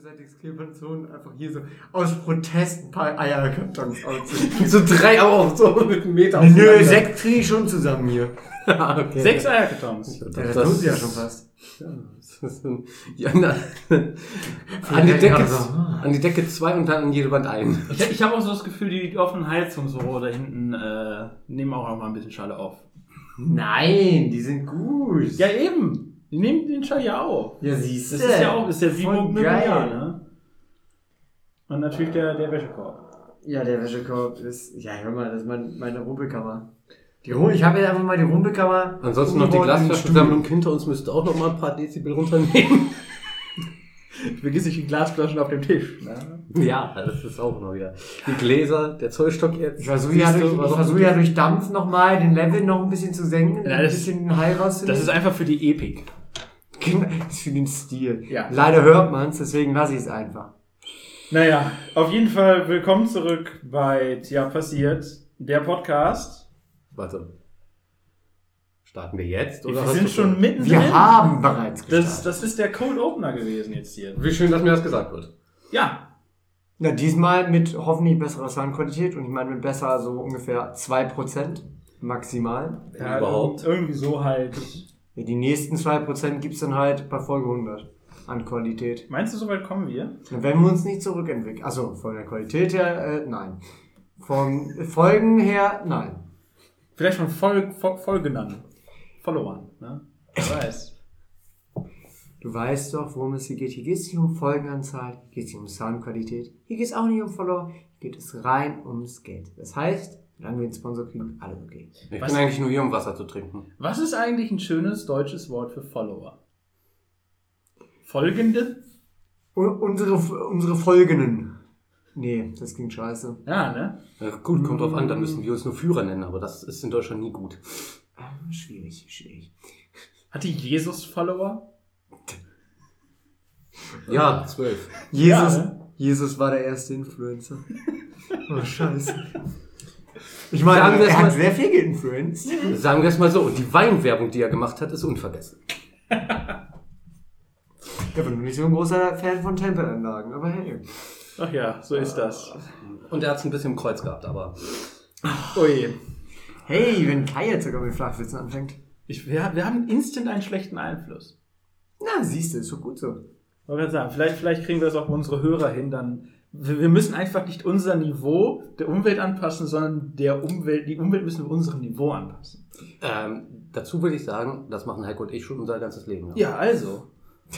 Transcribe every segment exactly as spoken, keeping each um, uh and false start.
Versättigungsklebern und einfach hier so aus Protest ein paar Eierkartons ausziehen. So drei auch so mit einem Meter Nö, sechs kriege ich schon zusammen hier. Okay. Sechs Eierkartons. Ja, das, das tut sie ja schon fast. Ja, das ist ein, ja, na, an, die Decke, an die Decke zwei und dann an jede Wand ein. Ich, ich habe auch so das Gefühl, die offenen Heizungsrohre da hinten äh, nehmen auch noch mal ein bisschen Schall auf. Nein, die sind gut. Ja, eben. Die nehmen den Schall ja auf. Ja, siehst du. Das ist ja auch, das ist ja wie Voll mit geil. Jahr, ne? Und natürlich der, der Wäschekorb. Ja, der Wäschekorb ist, ja, hör mal, das ist mein, meine Rumpelkammer. Die Rum- ich habe jetzt einfach mal die Rumpelkammer. Ansonsten noch die Glasflaschensammlung hinter uns müsste auch noch mal ein paar Dezibel runternehmen. Vergiss nicht die Glasflaschen auf dem Tisch. Ne? Ja, das ist auch noch wieder. Die Gläser, der Zollstock jetzt. Ich versuche ja, durch, ich versuch ja durch Dampf nochmal den Level noch ein bisschen zu senken, Ja, ein das- bisschen den High rauszunehmen. Das ist einfach für die Epik. Das ist für den Stil. Ja. Leider hört man es, deswegen lasse ich es einfach. Naja, auf jeden Fall willkommen zurück bei Tja passiert, der Podcast. Warte. Starten wir jetzt? Wir Oder hast sind du schon mittendrin. Wir haben bereits gestartet. Das, das ist der Cold Opener gewesen jetzt hier. Wie schön, dass mir das gesagt wird. Ja. Na, diesmal mit hoffentlich besserer Soundqualität und ich meine mit besser so ungefähr zwei Prozent maximal. ja überhaupt. Irgendwie so halt. Ja, die nächsten zwei Prozent gibt's dann halt bei Folge hundert an Qualität. Meinst du, soweit kommen wir? Und wenn wir uns nicht zurückentwickeln. Also von der Qualität her, äh, nein. Von Folgen her, nein. Vielleicht von Folge, Folge genannt. Followern, ne? Wer weiß. Du weißt doch, worum es hier geht. Hier geht es nicht um Folgenanzahl, hier geht es nicht um Soundqualität, hier geht es auch nicht um Follower, hier geht es rein ums Geld. Das heißt, solange wir einen Sponsor kriegen, alles okay. Ich Was- bin eigentlich nur hier, um Wasser zu trinken. Was ist eigentlich ein schönes deutsches Wort für Follower? Folgende? Und unsere, unsere Folgenden. Nee, das klingt scheiße. Ja, ne? Ja, gut, kommt drauf an, dann müssen wir uns nur Führer nennen, aber das ist in Deutschland nie gut. Ah, schwierig, schwierig. Hatte Jesus Follower? Ja, zwölf. Jesus, Ja, ne? Jesus war der erste Influencer. Oh, scheiße. Ich meine, Sagen wir es er hat mal- sehr viel geinfluenced. Sagen wir es mal so, und die Weinwerbung, die er gemacht hat, ist unvergessen. Ich bin nicht so ein großer Fan von Tempelanlagen, aber hey. Ach ja, so ist das. Und er hat es ein bisschen im Kreuz gehabt, aber Ui. Hey, wenn Kai jetzt sogar mit Flachwitzen anfängt. Ich, wir, wir haben instant einen schlechten Einfluss. Na, siehst du, ist doch gut so. Ich wollte gerade sagen, vielleicht, vielleicht kriegen wir das auch unsere Hörer hin, dann. Wir, wir müssen einfach nicht unser Niveau der Umwelt anpassen, sondern der Umwelt, die Umwelt müssen wir unserem Niveau anpassen. ähm, dazu würde ich sagen, das machen Heiko und ich schon unser ganzes Leben. Ja, also.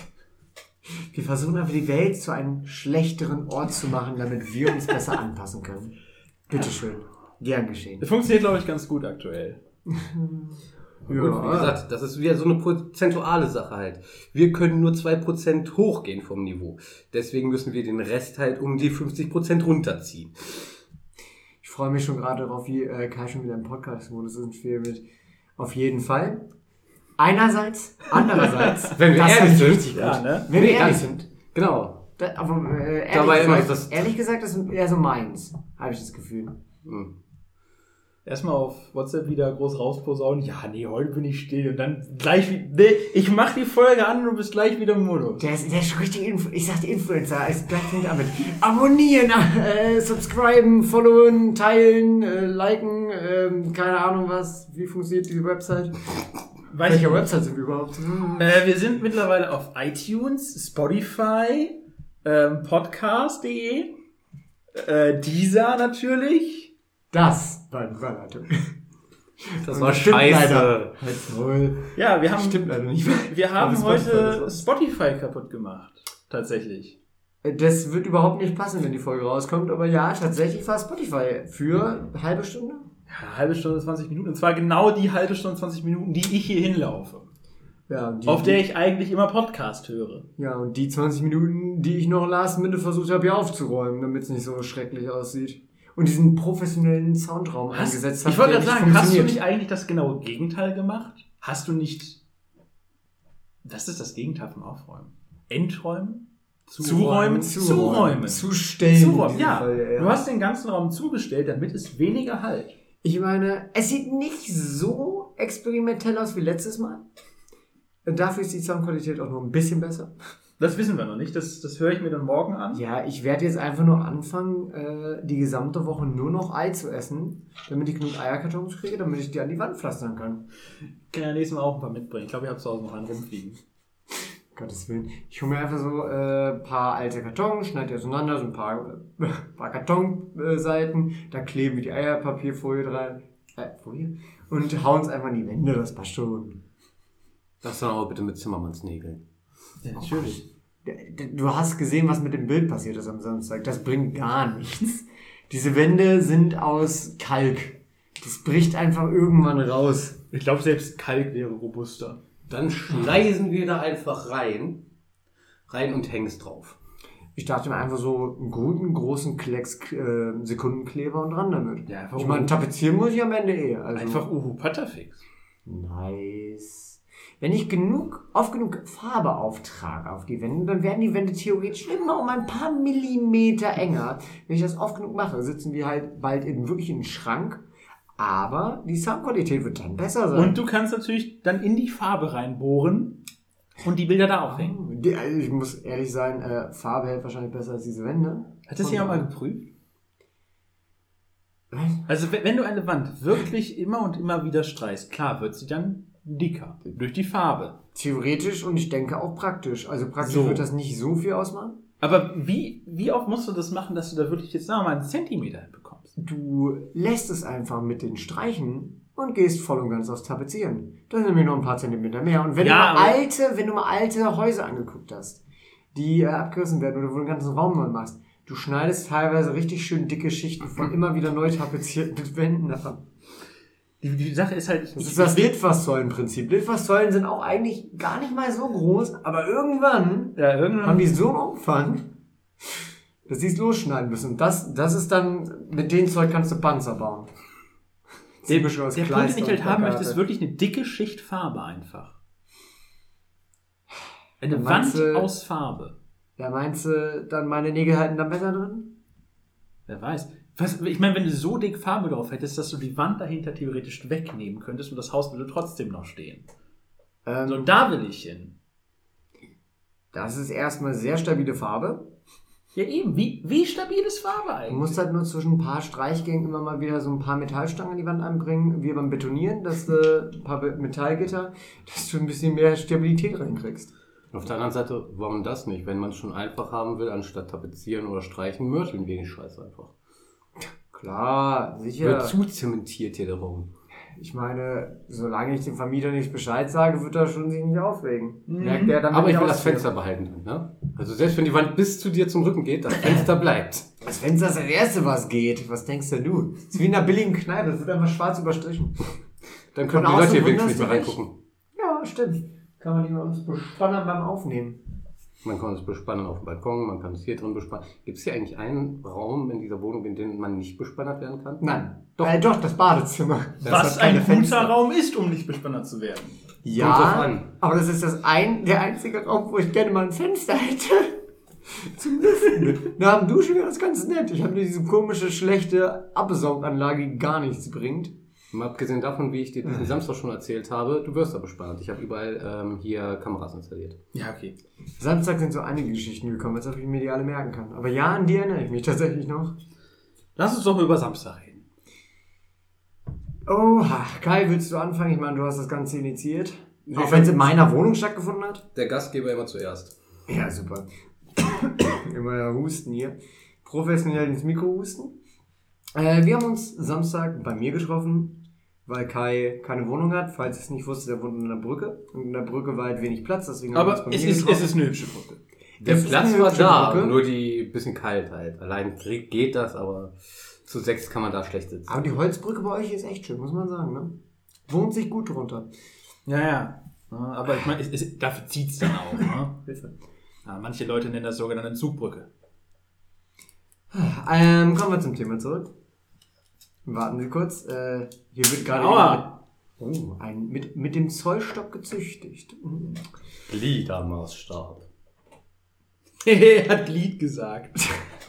Wir versuchen einfach die Welt zu einem schlechteren Ort zu machen, damit wir uns besser anpassen können. Bitteschön. Gern geschehen. Das funktioniert, glaube ich, ganz gut aktuell. Und wie gesagt, das ist wieder so eine prozentuale Sache halt. Wir können nur zwei Prozent hochgehen vom Niveau. Deswegen müssen wir den Rest halt um die fünfzig Prozent runterziehen. Ich freue mich schon gerade darauf, wie äh, Kai schon wieder im Podcast-Modus ist und viel mit. Auf jeden Fall. Einerseits, andererseits. Wenn wir das ehrlich ist sind. richtig Ja, gut. ne? Wenn wir Nee, ehrlich das- sind. Genau. Da, aber äh, ehrlich, Dabei immer gesagt, das- ehrlich gesagt, das ist eher so meins. Habe ich das Gefühl. Hm. Erstmal auf WhatsApp wieder groß rausposaunen. Ja, nee, heute bin ich still. Und dann gleich wie. Nee, ich mach die Folge an und du bist gleich wieder im Modus. Der ist, der ist richtig, Influ ich sagte Influencer, ist gleich fängt damit. Abonnieren, äh, subscriben, followen, teilen, äh, liken, ähm, keine Ahnung was. Wie funktioniert diese Website? Weiß Welche ich nicht. Website sind wir überhaupt? Hm. Äh, wir sind mittlerweile auf iTunes, Spotify, ähm, podcast punkt de, äh, Deezer natürlich. Das war die Überleitung. Das war Stimmt scheiße. leider. Halt's Maul. Ja, wir haben, Stimmt leider nicht. wir haben Aber Spotify, das heute war's. Spotify kaputt gemacht. Tatsächlich. Das wird überhaupt nicht passen, wenn die Folge rauskommt, aber ja, tatsächlich war Spotify für eine halbe Stunde. Ja, halbe Stunde, zwanzig Minuten. Und zwar genau die halbe Stunde, zwanzig Minuten, die ich hier hinlaufe. Ja, und die, Auf der ich eigentlich immer Podcast höre. ja, und die zwanzig Minuten, die ich noch last minute versucht habe, hier aufzuräumen, damit es nicht so schrecklich aussieht. Und diesen professionellen Soundraum Hast, eingesetzt habe. ich wollte der gerade nicht sagen, hast du funktioniert. nicht eigentlich das genaue Gegenteil gemacht? Hast du nicht... Das ist das Gegenteil von Aufräumen. Enträumen? Zuräumen? Zuräumen. Zustellen. in Zuräumen, diesem ja. Fall, Du hast den ganzen Raum zugestellt, damit es weniger halt. Ich meine, es sieht nicht so experimentell aus wie letztes Mal. Dafür ist die Soundqualität auch noch ein bisschen besser. Das wissen wir noch nicht, das, das höre ich mir dann morgen an. Ja, ich werde jetzt einfach nur anfangen, äh, die gesamte Woche nur noch Ei zu essen, damit ich genug Eierkartons kriege, damit ich die an die Wand pflastern kann. Ich kann ja nächstes Mal auch ein paar mitbringen. Ich glaube, ich habe zu Hause noch einen rumfliegen. Gottes Willen. Ich hole mir einfach so ein äh, paar alte Kartons, schneide die auseinander, so ein paar, äh, paar Kartonseiten, da kleben wir die Eierpapierfolie rein, äh, Folie, und hauen es einfach in die Wände, das passt schon. Das dann aber bitte mit Zimmermannsnägeln. Ja, natürlich. Du hast gesehen, was mit dem Bild passiert ist am Samstag. Das bringt gar nichts. Diese Wände sind aus Kalk. Das bricht einfach irgendwann raus. Ich glaube, selbst Kalk wäre robuster. Dann schneisen wir da einfach rein. Rein und hängen es drauf. Ich dachte mir einfach so einen guten, großen Klecks äh, Sekundenkleber und ran damit. Ja, einfach ich meine, tapezieren muss ich am Ende eh. Also. Einfach Uhu Patterfix. Nice. Wenn ich genug, oft genug Farbe auftrage auf die Wände, dann werden die Wände theoretisch immer um ein paar Millimeter enger. Wenn ich das oft genug mache, sitzen wir halt bald in wirklich in den Schrank. Aber die Soundqualität wird dann besser sein. Und du kannst natürlich dann in die Farbe reinbohren und die Bilder da aufhängen. Die, also ich muss ehrlich sein, äh, Farbe hält wahrscheinlich besser als diese Wände. Hat das jemand mal geprüft? Was? Also wenn du eine Wand wirklich immer und immer wieder streichst, klar wird sie dann dicker. Durch die Farbe. Theoretisch und ich denke auch praktisch. Also praktisch So. wird das nicht so viel ausmachen. Aber wie, wie oft musst du das machen, dass du da wirklich jetzt sagen wir mal einen Zentimeter hinbekommst? Du lässt es einfach mit den Streichen und gehst voll und ganz aufs Tapezieren. Das sind nämlich noch ein paar Zentimeter mehr. Und wenn Ja, du mal aber- alte, wenn du mal alte Häuser angeguckt hast, die äh, abgerissen werden oder wo du den ganzen Raum neu machst, du schneidest teilweise richtig schön dicke Schichten von immer wieder neu tapezierten Wänden ab. Die, die Sache ist halt, Das ist das Litfaßsäulenprinzip. Litfaßsäulen sind auch eigentlich gar nicht mal so groß, aber irgendwann ja, irgendwann haben die so einen Umfang, dass sie es losschneiden müssen. Und das, das ist dann, mit dem Zeug kannst du Panzer bauen. Der, Typisch aus der Punkt, Kleister den ich halt und haben Plakate. möchte, ist wirklich eine dicke Schicht Farbe einfach. Eine Dann Wand meinst du- aus Farbe. Ja, meinst du, dann meine Nägel halten da besser drin? Wer weiß. Was, ich meine, wenn du so dick Farbe drauf hättest, dass du die Wand dahinter theoretisch wegnehmen könntest und das Haus würde trotzdem noch stehen. Ähm, So, da will ich hin. Das ist erstmal sehr stabile Farbe. Ja eben, wie, wie stabil ist Farbe Du eigentlich? musst halt nur zwischen ein paar Streichgängen immer mal wieder so ein paar Metallstangen an die Wand anbringen, wie beim Betonieren, dass du ein paar Metallgitter, dass du ein bisschen mehr Stabilität reinkriegst. Auf der anderen Seite, warum das nicht? Wenn man es schon einfach haben will, anstatt tapezieren oder streichen, mörteln wir den Scheiß einfach. Klar, Wird sicher. zu zementiert hier der Raum. Ich meine, solange ich dem Vermieter nicht Bescheid sage, wird er schon sich nicht aufregen. Mhm. Merkt er dann, Aber wenn ich will ich das ausziehe. Fenster behalten drin, ne? Also selbst wenn die Wand bis zu dir zum Rücken geht, das Fenster bleibt. Das Fenster ist das Erste, was geht. Was denkst denn du? Das ist wie in einer billigen Kneipe, das wird einfach schwarz überstrichen. Dann können Von die Leute außen hier wenigstens nicht mehr wunderst du dich? reingucken. Ja, stimmt. Kann man die bei uns bespannen beim Aufnehmen. Man kann es bespannen auf dem Balkon, man kann es hier drin bespannen. Gibt es hier eigentlich einen Raum in dieser Wohnung, in dem man nicht bespannert werden kann? Nein. Doch, äh, doch das Badezimmer. Das Was hat keine ein guter Fenster. Raum ist, um nicht bespannert zu werden. Kommt drauf Ja, an. aber das ist das ein, der einzige Raum, wo ich gerne mal ein Fenster hätte. Zum Lüften. Na, am Duschen wäre das ganz nett. Ich habe nur diese komische, schlechte Absauganlage, die gar nichts bringt. Mal abgesehen davon, wie ich dir diesen Samstag schon erzählt habe, du wirst da bespannt. Ich habe überall ähm, hier Kameras installiert. Ja, okay. Samstag sind so einige Geschichten gekommen, als ob ich mir die alle merken kann. Aber ja, an die erinnere ich mich tatsächlich noch. Lass uns doch mal über Samstag reden. Oha, Kai, willst du anfangen? Ich meine, du hast das Ganze initiiert. Auch wenn es in meiner Wohnung stattgefunden hat. Der Gastgeber immer zuerst. Ja, super. Immer ja Husten hier. Professionell ins Mikro husten. Äh, wir haben uns Samstag bei mir getroffen, weil Kai keine Wohnung hat. Falls ihr es nicht wusstet, der wohnt in einer Brücke. Und in der Brücke war halt wenig Platz, deswegen haben wir uns Aber bei es mir ist, getroffen. es ist eine hübsche Brücke. Der Es ist Platz eine war hübsche da, Brücke. nur die bisschen kalt halt. Allein geht das, aber zu sechs kann man da schlecht sitzen. Aber die Holzbrücke bei euch ist echt schön, muss man sagen, ne? Wohnt sich gut drunter. Ja, ja. Ja, aber ich meine, es, es, dafür zieht es dann auch. Ne? Hilfe. Ja, manche Leute nennen das sogenannte Zugbrücke. Ähm, kommen wir zum Thema zurück. Warten Sie kurz. Äh, hier wird gerade Aua. Mit, oh, ein, mit, mit dem Zollstock gezüchtigt. Mhm. Gliedermaßstab. Er hat Glied gesagt.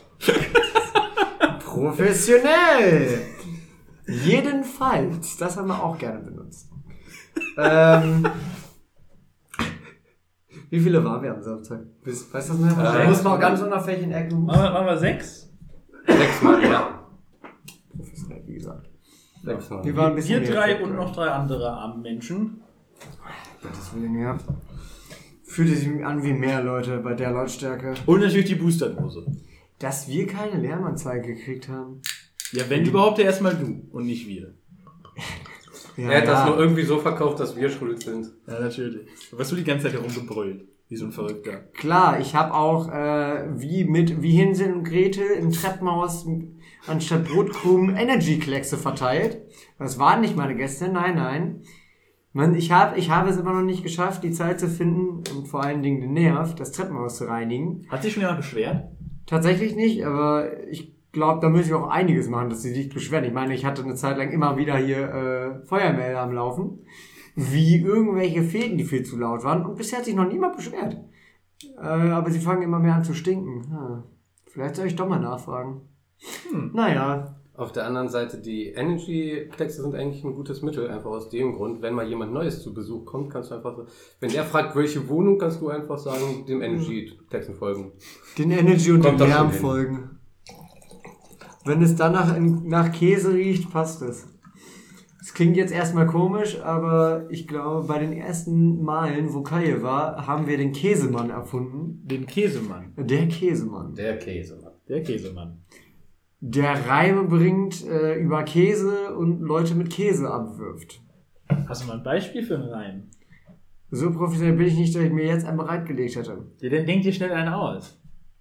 Professionell! Jedenfalls. Das haben wir auch gerne benutzt. ähm, Wie viele waren wir am Samstag? Weißt du das noch? Äh, Ich muss mal ganz unauffällig in Ecken. Machen wir, machen wir sechs? Sechs Mal, ja. Professionell, wie gesagt. Sechs Mal. Wir waren ein bisschen Wir mehr drei Zeit, und ja. noch drei andere arme Menschen. Gottes Willen, ja. Fühlte sich an wie mehr Leute bei der Lautstärke. Und natürlich die Boosterdose. Dass wir keine Lärmanzeige gekriegt haben. Ja, wenn überhaupt ja erstmal du und nicht wir. Ja, Er hat ja. das nur irgendwie so verkauft, dass wir schuld sind. Ja, natürlich. Was du die ganze Zeit herumgebrüllt. Wie so ein Verrückter. Klar, ich habe auch äh, wie mit wie Hänsel und Gretel im Treppenhaus anstatt Brotkrumen Energy-Kleckse verteilt. Das waren nicht meine Gäste, nein, nein. Man, ich habe ich habe es immer noch nicht geschafft, die Zeit zu finden und vor allen Dingen den Nerv, das Treppenhaus zu reinigen. Hat sich schon jemand beschwert? Tatsächlich nicht, aber ich glaube, da muss ich auch einiges machen, dass sie sich beschweren. Ich meine, ich hatte eine Zeit lang immer wieder hier äh, Feuermelder am Laufen, wie irgendwelche Fäden, die viel zu laut waren, und bisher hat sich noch niemand beschwert. Äh, aber sie fangen immer mehr an zu stinken. Hm. Vielleicht soll ich doch mal nachfragen. Hm. Naja. Auf der anderen Seite, die Energy-Kleckse sind eigentlich ein gutes Mittel, einfach aus dem Grund, wenn mal jemand Neues zu Besuch kommt, kannst du einfach so, wenn der fragt, welche Wohnung, kannst du einfach sagen, dem Energy-Klecksen folgen. Den Energy und Kommt den das Lärm schon hin. folgen. Wenn es dann nach, nach Käse riecht, passt es. Es klingt jetzt erstmal komisch, aber ich glaube, bei den ersten Malen, wo Kaje war, haben wir den Käsemann erfunden. Den Käsemann. Der Käsemann. Der Käse. Der Käsemann. Der Reime bringt äh, über Käse und Leute mit Käse abwirft. Hast du mal ein Beispiel für einen Reim? So professionell bin ich nicht, dass ich mir jetzt einen bereitgelegt hätte. Ja, dann denk dir schnell einen aus.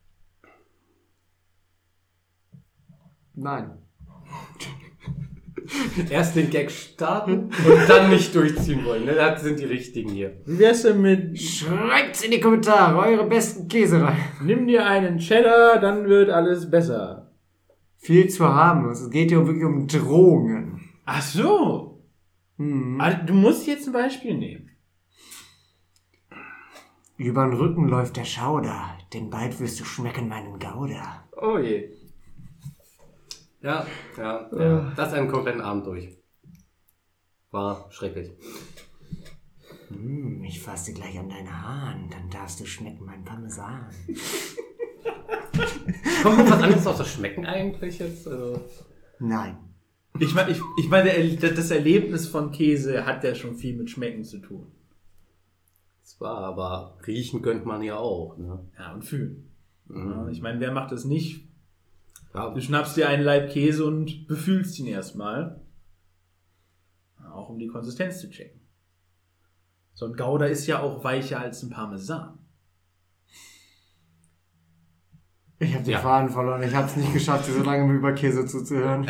Nein. Erst den Gag starten und dann nicht durchziehen wollen. Ne? Das sind die richtigen hier. Wie wär's denn mit Schreibt's in die Kommentare, eure besten Käse rein. nimm dir einen Cheddar, dann wird alles besser. Viel zu harmlos. Es geht hier wirklich um Drohungen. Ach so. Hm. Also, du musst jetzt ein Beispiel nehmen. Über den Rücken läuft der Schauder, denn bald wirst du schmecken meinen Gouda. Oh je. Ja, ja, ja. Das einen kompletten Abend durch. War schrecklich. Hm, ich fasse gleich an deine Haaren, dann darfst du schmecken meinen Parmesan. Kommt noch was anderes aus das Schmecken eigentlich jetzt? Also Nein. Ich meine, ich, ich mein, der- das Erlebnis von Käse hat ja schon viel mit Schmecken zu tun. zwar, aber riechen könnte man ja auch. Ne? Ja, und fühlen. Mhm. Ja, ich meine, wer macht das nicht? Ja, Du schnappst dir einen Laib Käse und befühlst ihn erstmal. Ja, auch um die Konsistenz zu checken. So ein Gouda ist ja auch weicher als ein Parmesan. Ich habe den Ja. Faden verloren. Ich habe es nicht geschafft, dir so lange über Käse zuzuhören.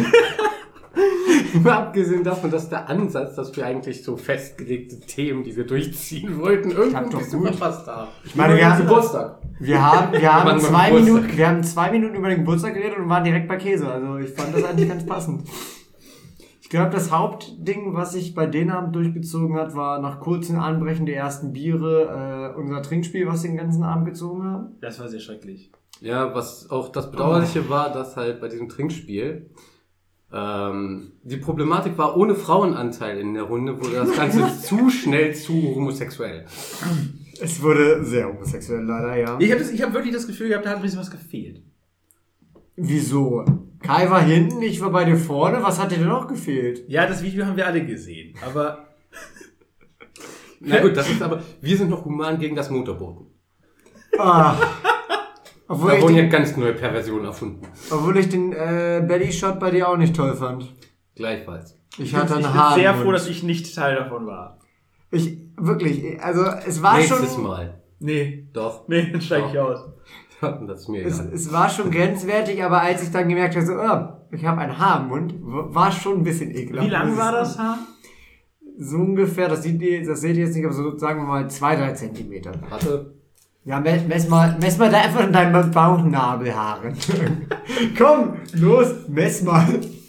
Mal abgesehen davon, dass der Ansatz, dass wir eigentlich so festgelegte Themen, die wir durchziehen wollten, irgendwie hab ein doch bisschen gut. verpasst haben. Ich meine, wir haben, Geburtstag. wir haben, wir haben Mann, beim zwei Geburtstag. Minuten, wir haben zwei Minuten über den Geburtstag geredet und waren direkt bei Käse. Also ich fand das eigentlich ganz passend. Ich glaube, das Hauptding, was sich bei den Abend durchgezogen hat, war nach kurzem Anbrechen der ersten Biere äh, unser Trinkspiel, was wir den ganzen Abend gezogen haben. Das war sehr schrecklich. Ja, was auch das Bedauerliche war, dass halt bei diesem Trinkspiel ähm, die Problematik war, ohne Frauenanteil in der Runde wurde das Ganze zu schnell zu homosexuell. Es wurde sehr homosexuell leider, ja. Ich habe hab wirklich das Gefühl gehabt, da hat ein bisschen was gefehlt. Wieso? Kai war hinten, ich war bei dir vorne. Was hat dir denn noch gefehlt? Ja, das Video haben wir alle gesehen, aber Na gut, das ist aber, wir sind noch human gegen das Motorboot. Ah. Obwohl, Da ich wurden ja den, ganz neue Perversionen erfunden. obwohl ich den äh, Belly-Shot bei dir auch nicht toll fand. Gleichfalls. Ich ich hatte bin, ich einen bin Haaren. sehr froh, dass ich nicht Teil davon war. Ich, wirklich, also es war Nächstes schon... Mal. Nee, Doch. nee, dann steige ich Doch. aus. Das ist mir Es, egal. es war schon grenzwertig, aber als ich dann gemerkt habe, so, oh, ich habe ein Haar im Mund, w- war schon ein bisschen ekelhaft. Wie lang war das Haar? So ungefähr, das, sieht ihr, das seht ihr jetzt nicht, aber so sagen wir mal zwei, drei Zentimeter. Warte. Ja, mess, mess, mal, mess mal da einfach in deinen Bauchnabelhaaren. Komm, los, mess mal.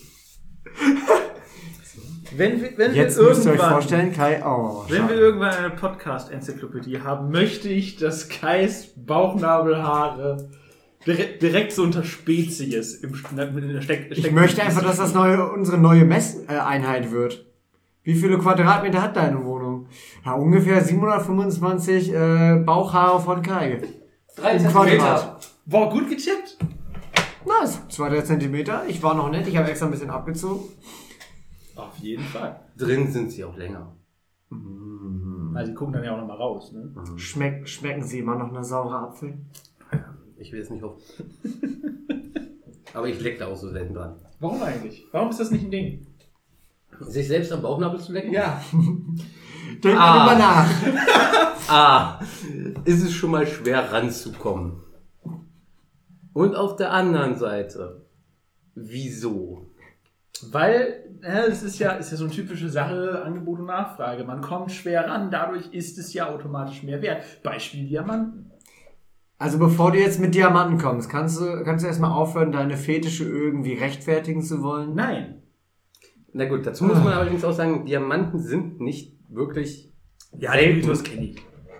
Wenn wir, wenn Jetzt wir müsst ihr euch irgendwann, vorstellen, Kai, oh, wenn wir schade. irgendwann eine Podcast-Enzyklopädie haben, möchte ich, dass Kais Bauchnabelhaare direkt, direkt so unter Spezies im in der Steck, Ich möchte einfach, dass das neue, unsere neue Messeinheit wird. Wie viele Quadratmeter hat deine Wohnung? Ahnung. Ja, ungefähr siebenhundertfünfundzwanzig äh, Bauchhaare von Kai. Drei Im Zentimeter. Quadrat. Boah, gut getippt. Nice. Zwei, drei Zentimeter. Ich war noch nett, ich habe extra ein bisschen abgezogen. Auf jeden Fall. Drin sind sie auch länger. Also die gucken dann ja auch nochmal raus, ne? Schmeck, schmecken sie immer noch eine saure Apfel? Ich will es nicht hoffen. Aber ich leck da auch so selten dran. Warum eigentlich? Warum ist das nicht ein Ding? Sich selbst am Bauchnabel zu lecken? Ja. Denk Ah. mal drüber nach. Ah, ist es schon mal schwer ranzukommen. Und auf der anderen Seite, wieso? Weil, ja, das ist ja, ist ja so eine typische Sache, Angebot und Nachfrage. Man kommt schwer ran, dadurch ist es ja automatisch mehr wert. Beispiel Diamanten. Also bevor du jetzt mit Diamanten kommst, kannst du, kannst du erstmal aufhören, deine Fetische irgendwie rechtfertigen zu wollen? Nein. Na gut, dazu muss man allerdings auch sagen, Diamanten sind nicht wirklich Ja, selten. den Mythos kenne ich.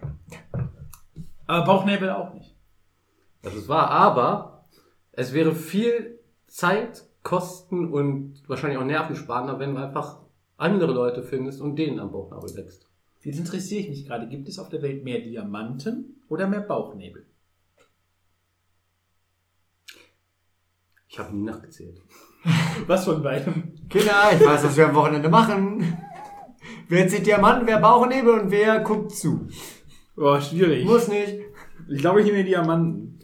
Aber Bauchnäbel auch nicht. Das ist wahr, aber es wäre viel Zeit, Kosten und wahrscheinlich auch nervensparender, wenn du einfach andere Leute findest und denen am Bauchnabel wächst. Jetzt interessiere ich mich gerade, gibt es auf der Welt mehr Diamanten oder mehr Bauchnäbel? Ich habe nie nachgezählt. Was von beidem? Kinder, ich weiß, was wir am Wochenende machen. Wer zieht Diamanten, wer Bauchnebel und wer guckt zu? Boah, schwierig. Muss nicht. Ich glaube, ich nehme Diamanten.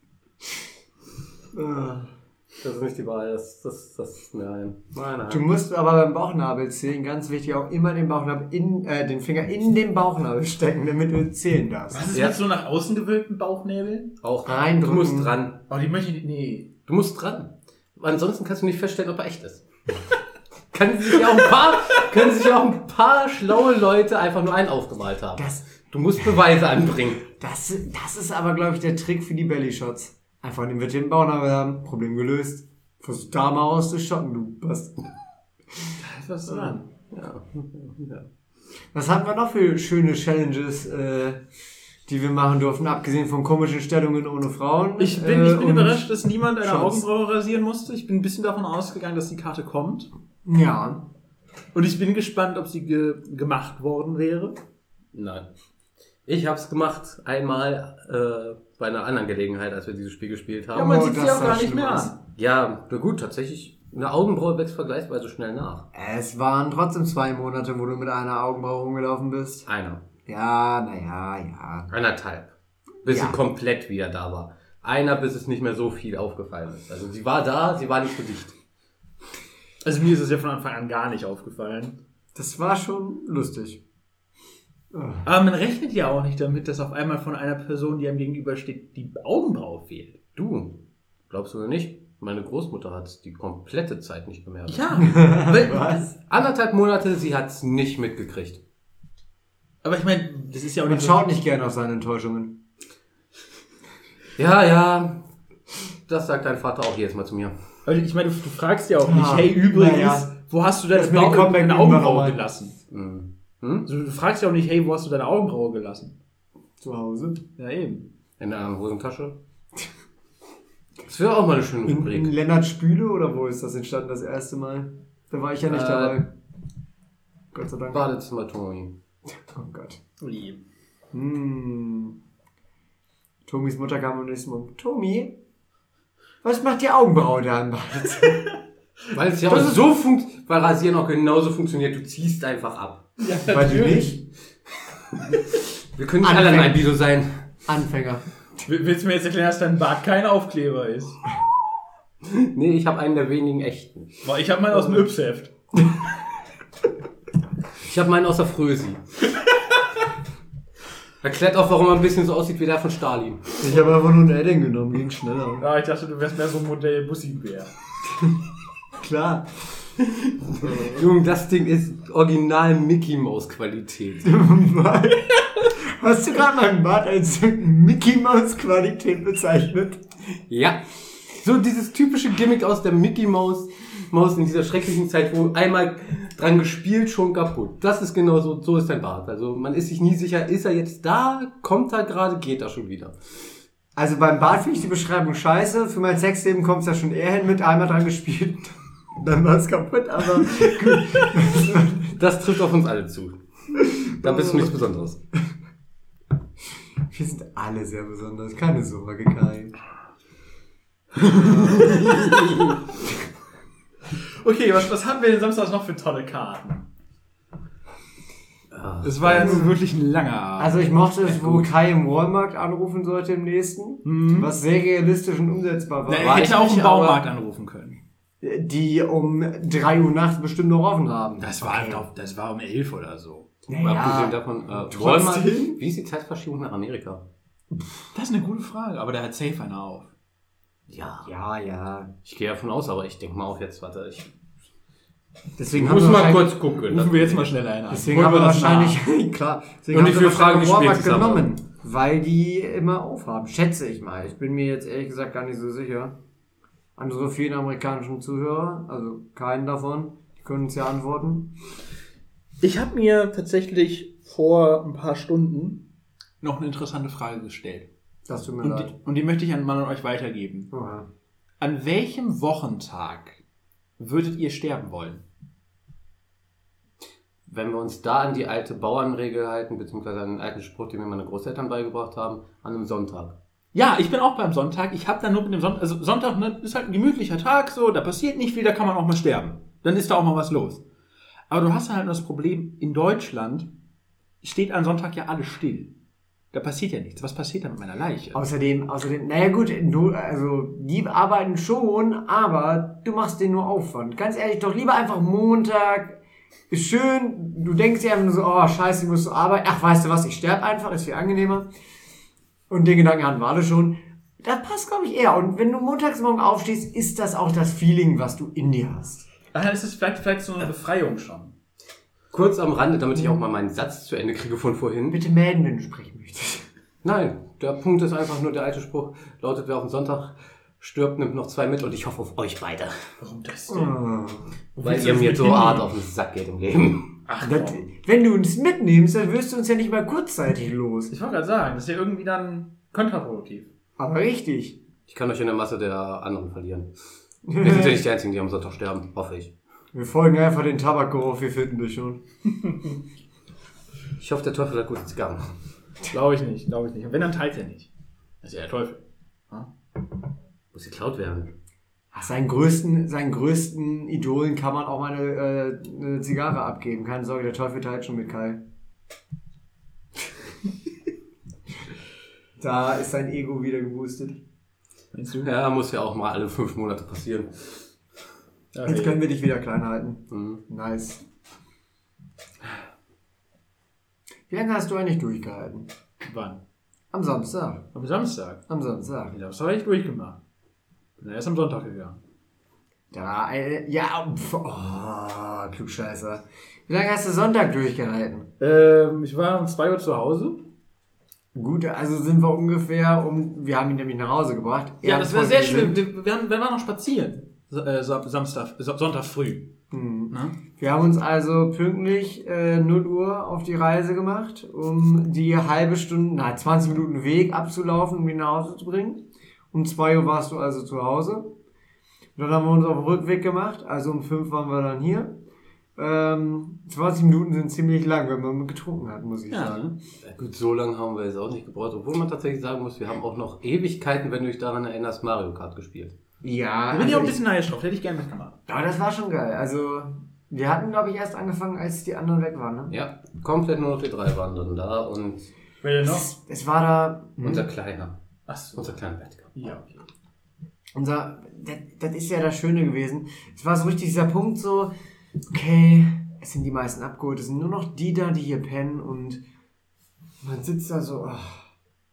Das ist nicht die Wahl, das, das, das, nein. Nein, nein. Du musst aber beim Bauchnabel zählen, ganz wichtig, auch immer den Bauchnabel in, äh, den Finger in den Bauchnabel stecken, damit du zählen darfst. Was ist Ja. mit so nach außen gewölbten Bauchnäbeln? Auch Reindrücken. Du musst dran. Oh, die möchte ich nicht. Nee. Du musst dran. Ansonsten kannst du nicht feststellen, ob er echt ist. können sich auch ein paar, können sich auch ein paar schlaue Leute einfach nur einen aufgemalt haben. Das, Du musst Beweise anbringen. das, das ist aber, glaube ich, der Trick für die Belly-Shots. Einfach den wir den Bauchnabel haben, Problem gelöst. Versuch da mal auszuschotten, du Bast. Da ist was dran. Ja. ja. Was hatten wir noch für schöne Challenges, äh, die wir machen durften, abgesehen von komischen Stellungen ohne Frauen? Ich bin, ich bin äh, und- überrascht, dass niemand eine Shots. Augenbraue rasieren musste. Ich bin ein bisschen davon ausgegangen, dass die Karte kommt. Ja. Und ich bin gespannt, ob sie ge gemacht worden wäre. Nein. Ich hab's gemacht einmal äh, bei einer anderen Gelegenheit, als wir dieses Spiel gespielt Ja, haben. man Oh, sieht sie das auch sah gar nicht schlimm mehr aus. an. Ja, na gut, tatsächlich. Eine Augenbraue wächst vergleichsweise schnell nach. Es waren trotzdem zwei Monate, wo du mit einer Augenbraue rumgelaufen bist. Einer. Ja, naja, ja. Anderthalb. Bis Ja. sie komplett wieder da war. Einer, bis es nicht mehr so viel aufgefallen ist. Also sie war da, sie war nicht so dicht. Also mir ist es ja von Anfang an gar nicht aufgefallen. Das war schon lustig. Aber man rechnet ja auch nicht damit, dass auf einmal von einer Person, die einem gegenübersteht, die Augenbraue fehlt. Du, glaubst du oder nicht? Meine Großmutter hat die komplette Zeit nicht bemerkt. Ja, weil, Was? Anderthalb Monate, sie hat's nicht mitgekriegt. aber ich meine, das ist ja auch Man nicht schaut nicht gerne auf seine Enttäuschungen. Ja, ja. Das sagt dein Vater auch jedes Mal zu mir. Aber ich meine, du, du fragst ja auch nicht, Ah, hey, übrigens, naja. wo hast du deine, Das mit dem Bau- Comeback deine üben wir Augenbraue nochmal. gelassen? Hm. Hm? Also, du fragst ja auch nicht, hey, wo hast du deine Augenbraue gelassen? Zu Hause. Ja, eben. In der Hosentasche. Das wäre auch mal eine schöne In, in Rubrik. Lennart Spüle oder wo ist das entstanden das erste Mal? Da war ich ja nicht Äh, dabei. Gott sei Dank. Badezimmer Tommy. Oh Gott. Ui. Hm. Tomis Mutter kam am nächsten Morgen. Tomi, was macht die Augenbraue da im Badezimmer? Weil es ja auch so funktioniert, weil Rasieren auch genauso funktioniert, du ziehst einfach ab. Ja, Weil du nicht? Wir können nicht alle in einem Video sein. Anfänger. Willst du mir jetzt erklären, dass dein Bart kein Aufkleber ist? Nee, ich habe einen der wenigen echten. Boah, ich habe meinen aus dem Yps-Heft. Ich habe meinen aus der Frösi. Erklärt auch, warum er ein bisschen so aussieht wie der von Stalin. Ich habe einfach nur ein Edding genommen, ging schneller. Ja, ich dachte, du wärst mehr so ein Modell Bussi-Bär. Klar. Junge, das Ding ist original Mickey Maus Qualität. Hast du gerade meinen Bart als Mickey Maus Qualität bezeichnet? Ja. So dieses typische Gimmick aus der Mickey Maus, Maus in dieser schrecklichen Zeit, wo einmal dran gespielt, schon kaputt. Das ist genau so, so ist dein Bart. Also man ist sich nie sicher, ist er jetzt da, kommt er gerade, geht er schon wieder. Also beim Bart finde ich die Beschreibung scheiße. Für mein Sexleben kommt es ja schon eher hin mit einmal dran gespielt. Dann war es kaputt, aber Das trifft auf uns alle zu. Dann bist du nichts Besonderes. Wir sind alle sehr besonders. Keine Sorge, Kai. Okay, was, was haben wir denn Samstag noch für tolle Karten? Ja, Es war ja nun wirklich ein langer Abend. Also ich mochte es, wo Kai im Walmart anrufen sollte im nächsten, Mhm. was sehr realistisch und umsetzbar war. Na, er War hätte ich auch nicht, im Baumarkt aber anrufen können. die um drei Uhr nachts bestimmt noch offen haben. Das war, glaub, das war um elf oder so. Naja, Abgesehen davon, äh, trotzdem. Walmart, wie ist die Zeitverschiebung nach Amerika? Das ist eine gute Frage, aber da hat safe einer auf. Ja. ja, ja. Ich gehe davon aus, aber ich denke mal auch jetzt, warte, ich Deswegen ich haben muss wir mal wahrscheinlich- kurz gucken. Rufen wir jetzt mal schnell einen an. Deswegen Holen haben wir das wahrscheinlich, klar, deswegen Und haben ich wir will fragen, wahrscheinlich wie spät Walmart sie es haben. genommen, weil die immer aufhaben, schätze ich mal. Ich bin mir jetzt ehrlich gesagt gar nicht so sicher. An so vielen amerikanischen Zuhörer, also keinen davon, die können uns ja antworten. Ich habe mir tatsächlich vor ein paar Stunden noch eine interessante Frage gestellt. Das tut mir Und leid. die, und die möchte ich an Mann und euch weitergeben. Oha. An welchem Wochentag würdet ihr sterben wollen? Wenn wir uns da an die alte Bauernregel halten, beziehungsweise an den alten Spruch, den mir meine Großeltern beigebracht haben, an einem Sonntag. Ja, ich bin auch beim Sonntag. Ich habe dann nur mit dem Sonntag, also Sonntag ne, ist halt ein gemütlicher Tag, so, da passiert nicht viel, da kann man auch mal sterben. Dann ist da auch mal was los. Aber du hast halt das Problem, in Deutschland steht an Sonntag ja alles still. Da passiert ja nichts. Was passiert da mit meiner Leiche? Außerdem, außerdem, naja gut, du, also die arbeiten schon, aber du machst denen nur Aufwand. Ganz ehrlich, doch lieber einfach Montag, ist schön, du denkst dir einfach nur so, oh scheiße, ich muss zur Arbeit, ach weißt du was, ich sterbe einfach, ist viel angenehmer. Und den Gedanken hatten wir alle schon. Das passt, glaube ich, eher. Und wenn du montags morgen aufstehst, ist das auch das Feeling, was du in dir hast. Ah, ist es vielleicht, vielleicht so eine Befreiung schon. Kurz am Rande, damit ich auch mal meinen Satz zu Ende kriege von vorhin. Bitte melden, wenn du sprechen möchtest. Nein, der Punkt ist einfach nur, der alte Spruch lautet, wer auf den Sonntag stirbt, nimmt noch zwei mit und ich hoffe auf euch beide. Warum das denn? Oh. Weil willst du ihr das mir mit so hinnehmen? hart auf den Sack geht im Leben. Ach, Das, komm. wenn du uns mitnimmst, dann wirst du uns ja nicht mal kurzzeitig los. Ich wollte gerade sagen, das ist ja irgendwie dann kontraproduktiv. Aber richtig. Ich kann euch in der Masse der anderen verlieren. Wir sind ja nicht die Einzigen, die am Sonntag sterben, hoffe ich. Wir folgen einfach den Tabakgeruch, wir finden dich schon. Ich hoffe, der Teufel hat gute Zigarren. Glaube ich nicht, glaube ich nicht. Und wenn, dann teilt er nicht. Das ist ja der Teufel. Muss geklaut werden. Ach, seinen größten, seinen größten Idolen kann man auch mal eine, äh, eine Zigarre abgeben. Keine Sorge, der Teufel teilt schon mit Kai. Da ist sein Ego wieder geboostet. Meinst du? Ja, muss ja auch mal alle fünf Monate passieren. Okay. Jetzt können wir dich wieder klein halten. Mhm. Nice. Wie lange hast du eigentlich durchgehalten? Wann? Am Samstag. Am Samstag. Am Samstag. Ja, das habe ich durchgemacht. Bin erst am Sonntag gegangen. Da, äh, ja, pf, oh, Klugscheißer. Wie lange hast du Sonntag durchgehalten? Ähm, ich war um zwei Uhr zu Hause. Gut, also sind wir ungefähr um, wir haben ihn nämlich nach Hause gebracht. Ja, Er das hat wäre sehr heute schlimm. gesehen. Wir, haben, wir waren noch spazieren. Äh, Sa- Samstag, Sa- Sonntag früh. Hm. Ne? Wir haben uns also pünktlich äh, null Uhr auf die Reise gemacht, um die halbe Stunde, na zwanzig Minuten Weg abzulaufen, um ihn nach Hause zu bringen. Um zwei Uhr warst du also zu Hause. Und dann haben wir uns auf den Rückweg gemacht, also um fünf waren wir dann hier. Ähm, zwanzig Minuten sind ziemlich lang, wenn man getrunken hat, muss ich Ja, sagen. ne? Ja, gut, so lange haben wir jetzt auch nicht gebraucht. Obwohl man tatsächlich sagen muss, wir haben auch noch Ewigkeiten, wenn du dich daran erinnerst, Mario Kart gespielt. Ja, Da bin ich auch ein also bisschen neidisch drauf. Hätte ich gerne mitgemacht. aber das war schon geil. Also, wir hatten, glaube ich, erst angefangen, als die anderen weg waren, ne? Ja, komplett nur noch die drei waren dann da und Wer denn Es, es war da, hm, unser Kleiner, Achso. unser kleiner Bettger. Ja, okay. unser, das, das ist ja das Schöne gewesen. Es war so richtig dieser Punkt so, okay, es sind die meisten abgeholt, es sind nur noch die da, die hier pennen und man sitzt da so, ach,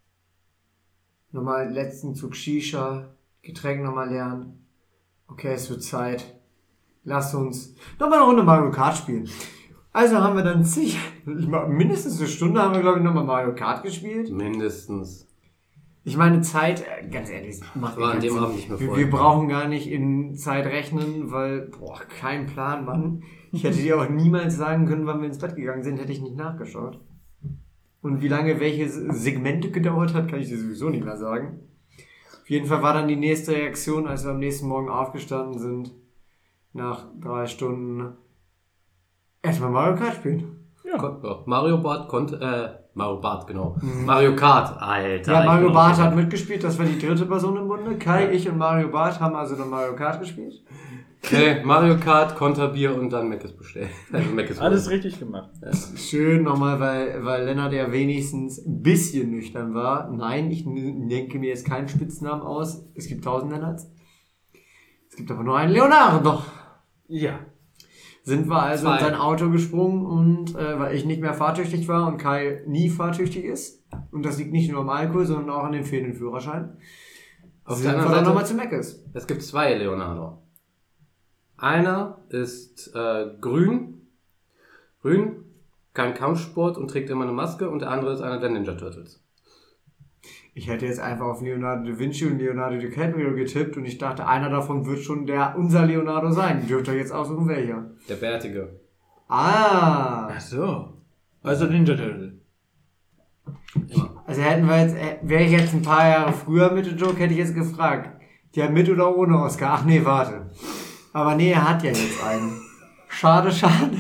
nochmal letzten Zug Shisha, Getränk nochmal lernen. Okay, es wird Zeit. Lass uns nochmal eine Runde Mario Kart spielen. Also haben wir dann zig, mindestens eine Stunde haben wir, glaube ich, nochmal Mario Kart gespielt. Mindestens. Ich meine, Zeit, äh, ganz ehrlich, das macht War an keinen dem Sinn. Abend nicht mehr wir, voll. wir brauchen gar nicht in Zeit rechnen, weil, boah, kein Plan, Mann. Ich hätte dir auch niemals sagen können, wann wir ins Bett gegangen sind, hätte ich nicht nachgeschaut. Und wie lange welche Segmente gedauert hat, kann ich dir sowieso nicht mehr sagen. Auf jeden Fall war dann die nächste Reaktion, als wir am nächsten Morgen aufgestanden sind, nach drei Stunden, erstmal Mario Kart spielen. Ja. Kon- ja. Mario Bart konnte, äh, Mario Bart, genau. Mhm. Mario Kart, Alter. Ja, Mario Bart hat mitgespielt, das war die dritte Person im Bunde. Kai, ja. ich und Mario Bart haben also noch Mario Kart gespielt. Nee, Mario Kart, Konterbier und dann Mc's bestellt. Also Mc's Alles richtig gemacht. Ja. Schön nochmal, weil, weil Lennart ja wenigstens ein bisschen nüchtern war. Nein, ich denke mir jetzt keinen Spitznamen aus. Es gibt tausend Lennarts. Es gibt aber nur einen Leonardo. Ja. Sind wir also Zwei. in sein Auto gesprungen und äh, weil ich nicht mehr fahrtüchtig war und Kai nie fahrtüchtig ist. Und das liegt nicht nur am Alkohol, sondern auch an dem fehlenden Führerschein. Auf sind der anderen wir dann Seite nochmal zu Mc's. Es gibt zwei Leonardo. Einer ist äh, grün, grün, kann Kampfsport und trägt immer eine Maske und der andere ist einer der Ninja Turtles. Ich hätte jetzt einfach auf Leonardo da Vinci und Leonardo DiCaprio getippt und ich dachte, einer davon wird schon der unser Leonardo sein. Dürft ihr jetzt aussuchen, welcher? Der Bärtige. Ah! Ach so. Also Ninja Turtle. Also hätten wir jetzt, wäre ich jetzt ein paar Jahre früher mit dem Joke, hätte ich jetzt gefragt. Ja, mit oder ohne Oscar? Ach nee, warte. Aber nee, er hat ja jetzt einen. Schade, schade.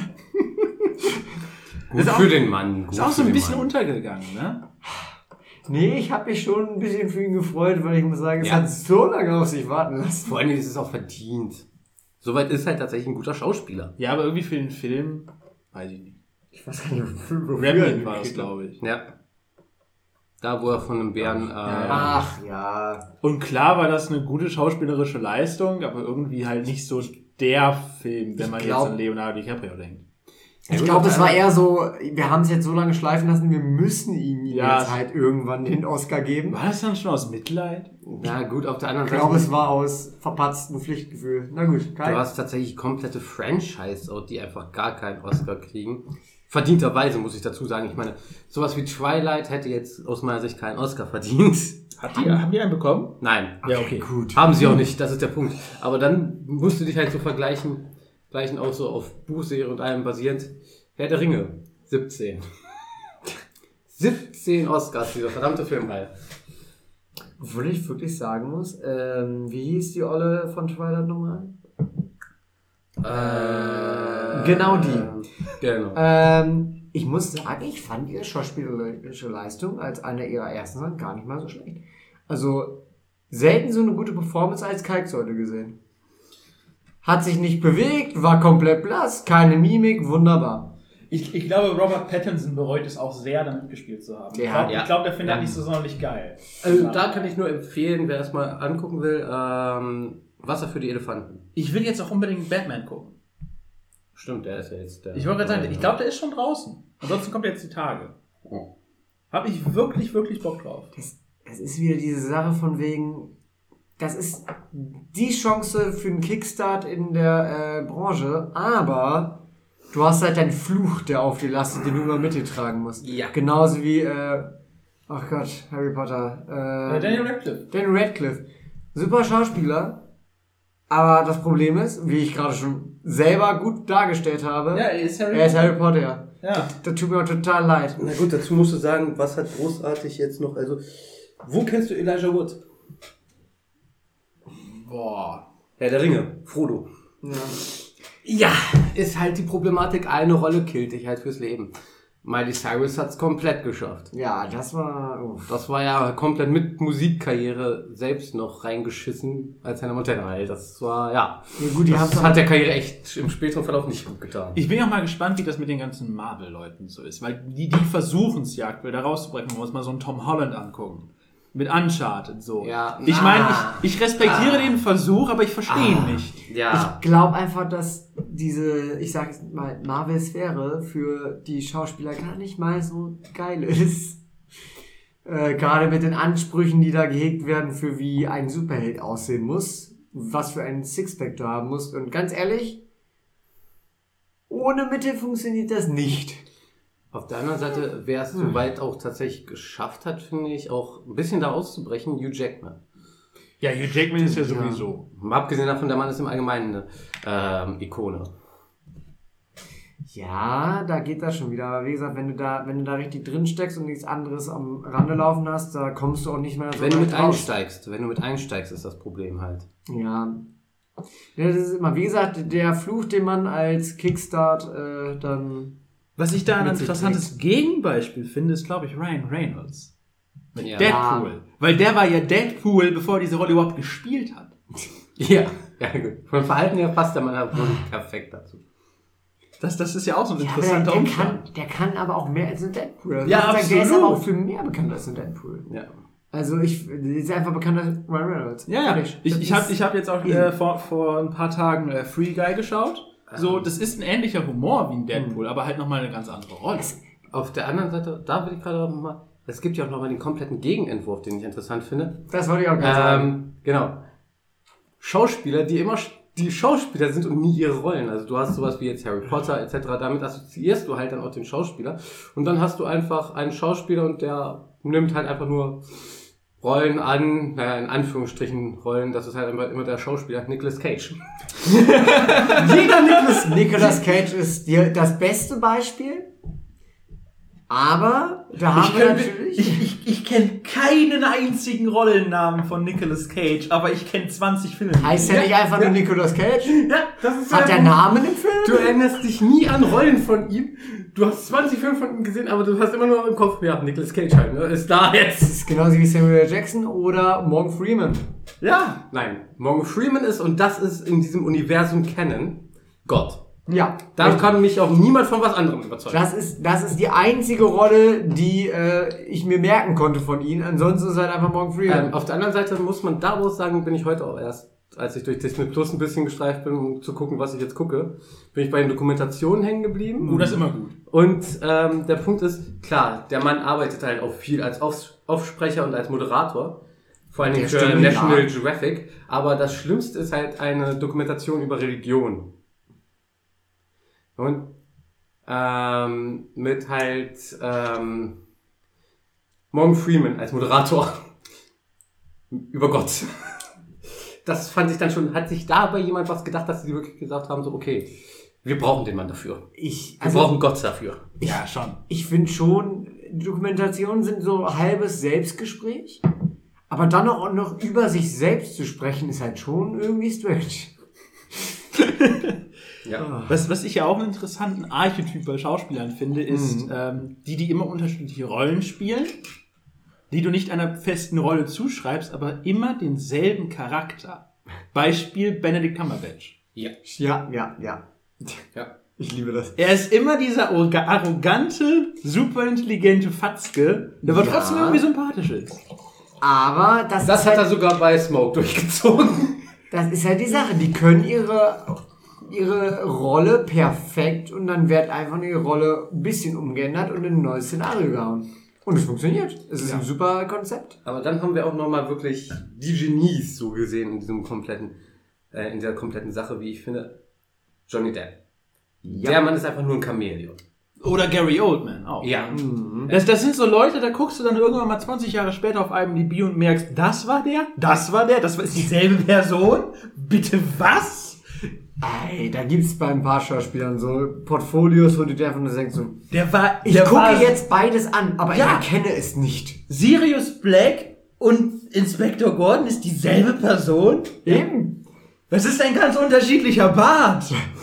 Gut ist für auch, den Mann. Gut ist auch so für ein den bisschen Mann. untergegangen, ne? Nee, ich habe mich schon ein bisschen für ihn gefreut, weil ich muss sagen, es Ja. hat so lange auf sich warten lassen. Vor allem ist es auch verdient. Soweit ist halt tatsächlich ein guter Schauspieler. Ja, aber irgendwie für den Film, weiß ich nicht. Ich weiß gar nicht, wofür Remnant war es, glaube ich. Ja. Da, wo er von einem Bären... Äh, Ja, ja. Ach ja. Und klar war das eine gute schauspielerische Leistung, aber irgendwie halt nicht so der Film, wenn Ich man glaub- jetzt an Leonardo DiCaprio denkt. Ich glaube, es war eher so, wir haben es jetzt so lange schleifen lassen, wir müssen ihm Ja. jetzt halt irgendwann den Oscar geben. War das dann schon aus Mitleid? Na gut, auf der anderen Ich Seite... glaube, es war aus verpatztem Pflichtgefühl. Na gut, Du Kai. hast tatsächlich komplette Franchise, die einfach gar keinen Oscar kriegen. Verdienterweise, muss ich dazu sagen. Ich meine, sowas wie Twilight hätte jetzt aus meiner Sicht keinen Oscar verdient. Hat die, haben die einen bekommen? Nein. Ja, okay. Gut. Haben sie auch nicht, das ist der Punkt. Aber dann musst du dich halt so vergleichen, gleichen auch so auf Buchserie und allem basierend. Herr der Ringe, siebzehn. siebzehn Oscars, dieser verdammte Filmreihe. Obwohl ich wirklich sagen muss, ähm, wie hieß die Olle von Twilight nochmal? Äh, Genau die. Genau. Ähm, ich muss sagen, ich fand ihre schauspielerische Leistung als einer ihrer ersten Sachen gar nicht mal so schlecht. Also, selten so eine gute Performance als Kalksäule gesehen. Hat sich nicht bewegt, war komplett blass, keine Mimik, wunderbar. Ich, ich glaube, Robert Pattinson bereut es auch sehr, damit gespielt zu haben. Ja, ich glaube, ja. glaub, der findet Ja. das nicht so sonderlich geil. Also da kann ich nur empfehlen, wer es mal angucken will, ähm, Wasser für die Elefanten. Ich will jetzt auch unbedingt Batman gucken. Stimmt, der ist ja jetzt der... Ich wollte gerade sagen, ich glaube, der ist schon draußen. Ansonsten kommt er jetzt die Tage. Oh. Habe ich wirklich, wirklich Bock drauf. Das, das ist wieder diese Sache von wegen, das ist die Chance für einen Kickstart in der äh, Branche, aber du hast halt deinen Fluch, der auf dir lastet, den du immer mit dir tragen musst. Ja. Genauso wie, äh, ach Gott, Harry Potter. Äh, Äh, Daniel Radcliffe. Daniel Radcliffe. Super Schauspieler, aber das Problem ist, wie ich gerade schon selber gut dargestellt habe, Ja, er ist Harry er ist Potter. Harry Potter. Ja. Das tut mir auch total leid. Na gut, dazu musst du sagen, was hat großartig jetzt noch, also, wo kennst du Elijah Wood? Boah. Herr der Ringe, Frodo. Ja. Ja, ist halt die Problematik, eine Rolle killt dich halt fürs Leben. Miley Cyrus hat's komplett geschafft. Ja, das war. Uff. Das war ja komplett mit Musikkarriere selbst noch reingeschissen als Hannah Montana. Halt. Das war, ja. Ja, gut, die das haben's hat der Karriere echt im späteren Verlauf nicht gut getan. Ich bin auch mal gespannt, wie das mit den ganzen Marvel-Leuten so ist, weil die, die versuchen es ja, da rauszubrechen. Man muss mal so einen Tom Holland angucken. Mit Uncharted, so. Ja. Ich meine, Ah. ich, ich respektiere Ah. den Versuch, aber ich verstehe Ah. ihn nicht. Ja. Ich glaube einfach, dass diese, ich sag jetzt mal, Marvel-Sphäre für die Schauspieler gar nicht mal so geil ist. Äh, gerade mit den Ansprüchen, die da gehegt werden, für wie ein Superheld aussehen muss, was für einen Sixpack du haben musst. Und ganz ehrlich, ohne Mittel funktioniert das nicht. Auf der anderen Seite, wer es Hm. soweit auch tatsächlich geschafft hat, finde ich, auch ein bisschen da auszubrechen, Hugh Jackman. Ja, Hugh Jackman ist ja Ja. sowieso. Mal abgesehen davon, der Mann ist im Allgemeinen eine ähm, Ikone. Ja, da geht das schon wieder. Aber wie gesagt, wenn du da, wenn du da richtig drin steckst und nichts anderes am Rande laufen hast, da kommst du auch nicht mehr so Wenn du weit mit raus. einsteigst, wenn du mit einsteigst, ist das Problem halt. Ja. Ja, das ist immer, wie gesagt, der Fluch, den man als Kickstart äh, dann Was ich da ein Mit sich interessantes Gegenbeispiel finde, ist, glaube ich, Ryan Reynolds. Mit Ja. Deadpool. Weil der war ja Deadpool, bevor er diese Rolle überhaupt gespielt hat. Ja, ja gut. Vom Verhalten her passt der Mann halt wohl perfekt dazu. Das, das ist ja auch so ein Ja, aber interessanter der, der, Umstand. kann, der kann aber auch mehr als ein Deadpool. Ja, Der ist absolut. aber auch für mehr bekannt als ein Deadpool. Ja. Also ich, der ist einfach bekannt als Ryan Reynolds. Ja, ja. Fertig. Ich, Das ich habe ist- ich hab jetzt auch äh, vor, vor ein paar Tagen äh, Free Guy geschaut. So, das ist ein ähnlicher Humor wie ein Deadpool, aber halt nochmal eine ganz andere Rolle. Auf der anderen Seite, da will ich gerade noch mal, es gibt ja auch nochmal den kompletten Gegenentwurf, den ich interessant finde. Das wollte ich auch gerade sagen. Ähm, genau. Schauspieler, die immer sch- die Schauspieler sind und nie ihre Rollen. Also du hast sowas wie jetzt Harry Potter et cetera. Damit assoziierst du halt dann auch den Schauspieler. Und dann hast du einfach einen Schauspieler und der nimmt halt einfach nur Rollen an, naja, in Anführungsstrichen Rollen, das ist halt immer, immer der Schauspieler, Nicolas Cage. Jeder Nicolas, Nicolas Cage ist dir das beste Beispiel. Aber da haben wir natürlich... ich ich, ich kenne keinen einzigen Rollennamen von Nicolas Cage, aber ich kenne zwanzig Filme. Heißt er nicht einfach nur Nicolas Cage? Ja, das ist Hat der Namen im Film? Du erinnerst dich nie an Rollen von ihm. Du hast zwanzig Filme von ihm gesehen, aber du hast immer nur im Kopf, ja, Nicolas Cage halt, ne? Ist da jetzt. Das ist genauso wie Samuel L. Jackson oder Morgan Freeman. Ja. Nein, Morgan Freeman ist, und das ist in diesem Universum Canon, Gott. Ja. Da kann mich auch niemand von was anderem überzeugen. Das ist, das ist die einzige Rolle, die äh, ich mir merken konnte von ihm. Ansonsten ist es halt einfach Morgan Freeman. Ähm, auf der anderen Seite muss man daraus sagen, bin ich heute auch erst, als ich durch Disney Plus ein bisschen gestreift bin, um zu gucken, was ich jetzt gucke, bin ich bei den Dokumentationen hängen geblieben. Oh, das ist immer gut. Und ähm, der Punkt ist, klar, der Mann arbeitet halt auch viel als Auf Aufsprecher und als Moderator. Vor allem Der für Stimme, National ja. Geographic. Aber das Schlimmste ist halt eine Dokumentation über Religion. Und ähm, mit halt ähm, Morgan Freeman als Moderator über Gott. Das fand ich dann schon, hat sich da bei jemand was gedacht, dass sie wirklich gesagt haben, so okay, wir brauchen den Mann dafür. Ich, Wir also, brauchen Gott dafür. Ja, schon. ich finde schon, Dokumentationen sind so halbes Selbstgespräch. Aber dann auch noch über sich selbst zu sprechen, ist halt schon irgendwie strange. Ja. Was, was ich ja auch einen interessanten Archetyp bei Schauspielern finde, ist, Mhm. ähm, die, die immer unterschiedliche Rollen spielen, die du nicht einer festen Rolle zuschreibst, aber immer denselben Charakter. Beispiel Benedict Cumberbatch. Ja. Ja, ja, ja. Ja. Ich liebe das. Er ist immer dieser arroga- arrogante, superintelligente Fatzke, der aber Ja. trotzdem irgendwie sympathisch ist. Aber das, Das ist hat halt, er sogar bei Smoke durchgezogen. das ist halt die Sache. Die können ihre, ihre Rolle perfekt und dann wird einfach nur ihre Rolle ein bisschen umgeändert und in ein neues Szenario gehauen. Und es funktioniert. Es ist Ja. ein super Konzept. Aber dann haben wir auch nochmal wirklich die Genies so gesehen in diesem kompletten, äh, in dieser kompletten Sache, wie ich finde. Johnny Depp. Der Mann ist einfach nur ein Chamäleon. Oder Gary Oldman auch. Ja. Das, das sind so Leute, da guckst du dann irgendwann mal zwanzig Jahre später auf IMDb und merkst, das war der, das war der, das war ist dieselbe Person. Bitte was? Ey, da gibt's bei ein paar Schauspielern so Portfolios, wo du dir einfach nur denkst so, Der war, ich der gucke war jetzt beides an, aber Ja. ich erkenne es nicht. Sirius Black und Inspector Gordon ist dieselbe Person? Eben. Das ist ein ganz unterschiedlicher Bart.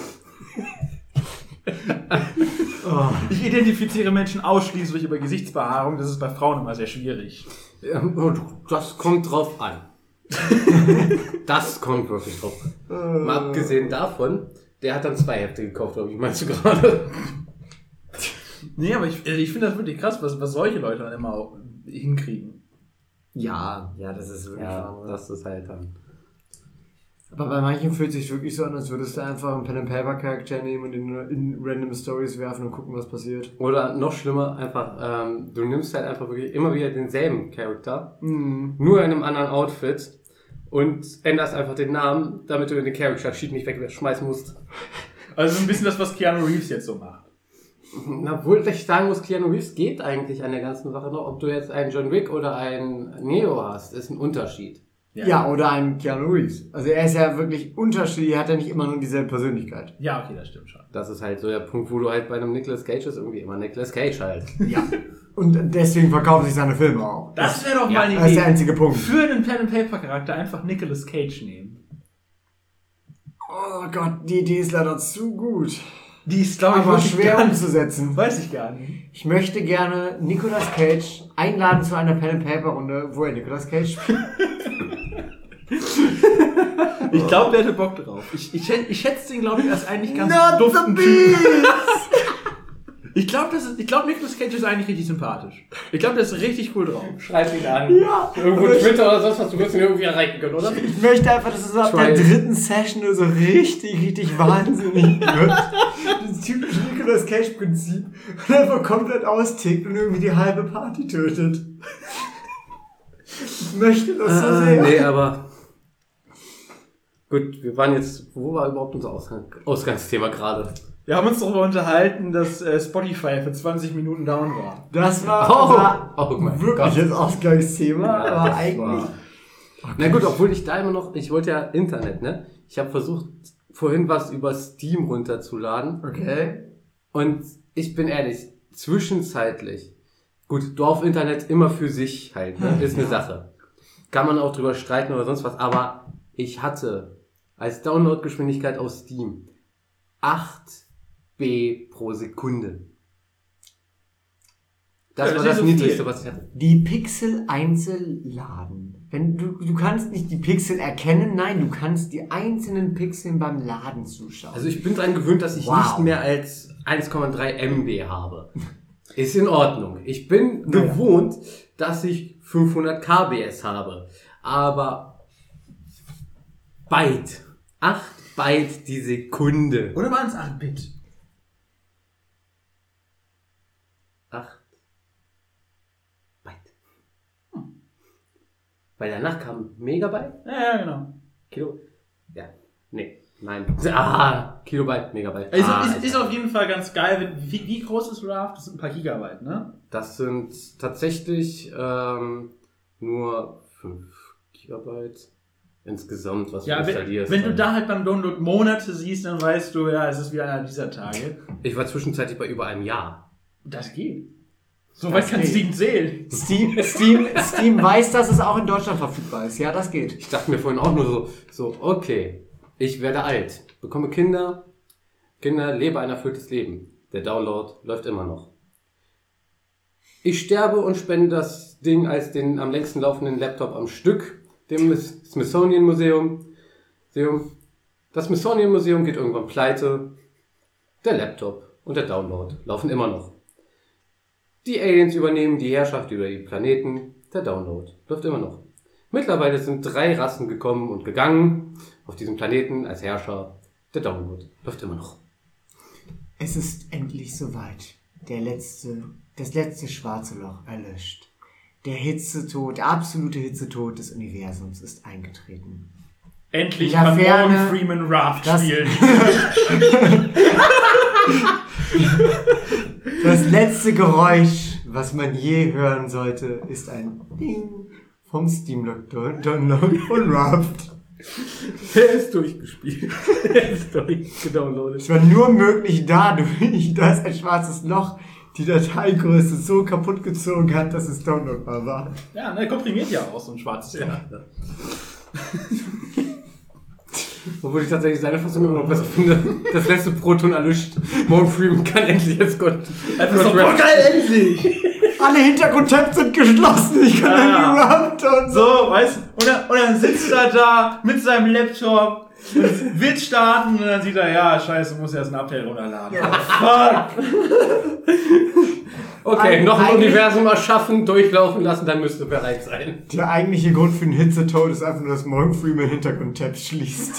Oh. Ich identifiziere Menschen ausschließlich über Gesichtsbehaarung, das ist bei Frauen immer sehr schwierig. Ja, und das kommt drauf an. Das kommt wirklich drauf an. Mal abgesehen davon, der hat dann zwei Hefte gekauft, glaube ich, meinst du gerade? Nee, aber ich, ich finde das wirklich krass, was, was solche Leute dann immer auch hinkriegen. Ja, ja, das ist wirklich Ja, wahr. das ist halt dann. Aber bei manchen fühlt es sich wirklich so an, als würdest du einfach einen Pen-and-Paper-Charakter nehmen und in, in random Stories werfen und gucken, was passiert. Oder noch schlimmer, einfach, ähm, du nimmst halt einfach wirklich immer wieder denselben Charakter, Mhm. nur in einem anderen Outfit und änderst einfach den Namen, damit du den Character Sheet nicht wegschmeißen musst. Also ein bisschen das, was Keanu Reeves jetzt so macht. Na, obwohl ich sagen muss, Keanu Reeves geht eigentlich an der ganzen Sache noch. Ob du jetzt einen John Wick oder einen Neo hast, ist ein Unterschied. Ja. oder ein Keanu Reeves. Also er ist ja wirklich unterschiedlich, hat ja nicht immer nur dieselbe Persönlichkeit. Ja, okay, das stimmt schon. Das ist halt so der Punkt, wo du halt bei einem Nicolas Cage ist, irgendwie immer Nicolas Cage halt. Ja. Und deswegen verkaufen sich seine Filme auch. Das wäre doch Ja, mal eine Das ist Idee. der einzige Punkt. Für einen Pen-and-Paper-Charakter einfach Nicolas Cage nehmen. Oh Gott, die Idee ist leider zu gut. Die ist, glaube ich, aber wirklich schwer gar- umzusetzen. Weiß ich gar nicht. Ich möchte gerne Nicolas Cage einladen zu einer Pen-and-Paper-Runde, wo er Nicolas Cage spielt. Ich glaube, der hätte Bock drauf. Ich, ich, schätze- ich schätze den, glaube ich, als eigentlich ganz Not duften the Typ. beast! Ich glaube, das ist, ich glaube, Nicolas Cage ist eigentlich richtig sympathisch. Ich glaube, der ist richtig cool drauf. Schreib ihn an. Ja. Irgendwo Twitter oder sonst was, du wirst ihn irgendwie erreichen können, oder? Ich möchte einfach, dass es ab der Try it. dritten Session nur so richtig, richtig wahnsinnig wird. Das typische Nicolas Cage-Prinzip. Und einfach komplett austickt und irgendwie die halbe Party tötet. Ich möchte das so Ah, sehr. nee, aber... Gut, wir waren jetzt... Wo war überhaupt unser Ausgang, Ausgangsthema gerade? Wir haben uns darüber unterhalten, dass äh, Spotify für zwanzig Minuten down war. Das war Oh, unser oh mein wirkliches Gott. Ausgangsthema, Ja, aber das eigentlich... war- Na gut, obwohl ich da immer noch... Ich wollte ja Internet, ne? Ich habe versucht, vorhin was über Steam runterzuladen. Okay. Und ich bin ehrlich, zwischenzeitlich... Gut, Dorf Internet immer für sich halt, ne? Ist eine Sache. Kann man auch drüber streiten oder sonst was, aber ich hatte als Downloadgeschwindigkeit auf Steam acht B pro Sekunde. Das Ja, das war ist das so Niedrigste, viel. was ich hatte. Die Pixel einzeln laden. Wenn du, du kannst nicht die Pixel erkennen, nein, du kannst die einzelnen Pixel beim Laden zuschauen. Also ich bin dran gewöhnt, dass ich Wow. nicht mehr als eins Komma drei Megabyte habe. Ist in Ordnung. Ich bin Naja. gewohnt, dass ich fünfhundert Kbps habe. Aber Byte. acht Byte die Sekunde. Oder waren es acht Bit? acht Byte. Weil danach kam Megabyte, Ja, ja, genau. Kilo. Ja, nee, nein. Ah, Kilobyte, Megabyte. Also ah, ist, ist auf jeden Fall ganz geil. Wie, wie groß ist Raft? Das sind ein paar Gigabyte, ne? Das sind tatsächlich ähm, nur fünf Gigabyte insgesamt, was Ja, du wenn, installierst. wenn du da halt beim Download Monate siehst, dann weißt du, ja, es ist wie einer dieser Tage. Ich war zwischenzeitlich bei über einem Jahr. Das geht. So Das weit kann geht. Steam zählen. Steam, Steam, Steam weiß, dass es auch in Deutschland verfügbar ist. Ja, das geht. Ich dachte mir vorhin auch nur so, so, okay, ich werde alt, bekomme Kinder, Kinder, lebe ein erfülltes Leben. Der Download läuft immer noch. Ich sterbe und spende das Ding als den am längsten laufenden Laptop am Stück, dem Smithsonian Museum. Museum. Das Smithsonian Museum geht irgendwann pleite. Der Laptop und der Download laufen immer noch. Die Aliens übernehmen die Herrschaft über die Planeten. Der Download läuft immer noch. Mittlerweile sind drei Rassen gekommen und gegangen auf diesem Planeten als Herrscher. Der Download läuft immer noch. Es ist endlich soweit. Der letzte, das letzte schwarze Loch erlöscht. Der Hitzetod, der absolute Hitzetod des Universums ist eingetreten. Endlich In der kann Ferne- Morgan Freeman Raft Das- spielen. Das letzte Geräusch, was man je hören sollte, ist ein Ding vom Steam-Download von Raft. Der ist durchgespielt. Der ist durchgedownloadet. Es war nur möglich dadurch, dass ein schwarzes Loch die Dateigröße so kaputt gezogen hat, dass es downloadbar war. Ja, ne, komprimiert ja auch so ein schwarzes Loch. Obwohl ich tatsächlich seine Fassung immer noch besser finde. Das letzte Proton erlischt. Morgan Freeman kann endlich jetzt Gott. Einfach so, boah, geil, endlich! Alle Hintergrundtabs sind geschlossen, ich kann Ah. irgendwie Raft und so. So, weißt du, und dann, und dann sitzt er da mit seinem Laptop und will starten und dann sieht er, ja, scheiße, muss erst ein Update runterladen. Fuck! Okay, Eig- noch ein eigentlich- Universum erschaffen, durchlaufen lassen, dann müsst ihr bereit sein. Der eigentliche Grund für den Hitzetod ist einfach nur, dass Morgan Freeman Hintergrundtabs schließt.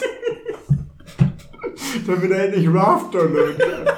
Damit er endlich Raft downloaden kann.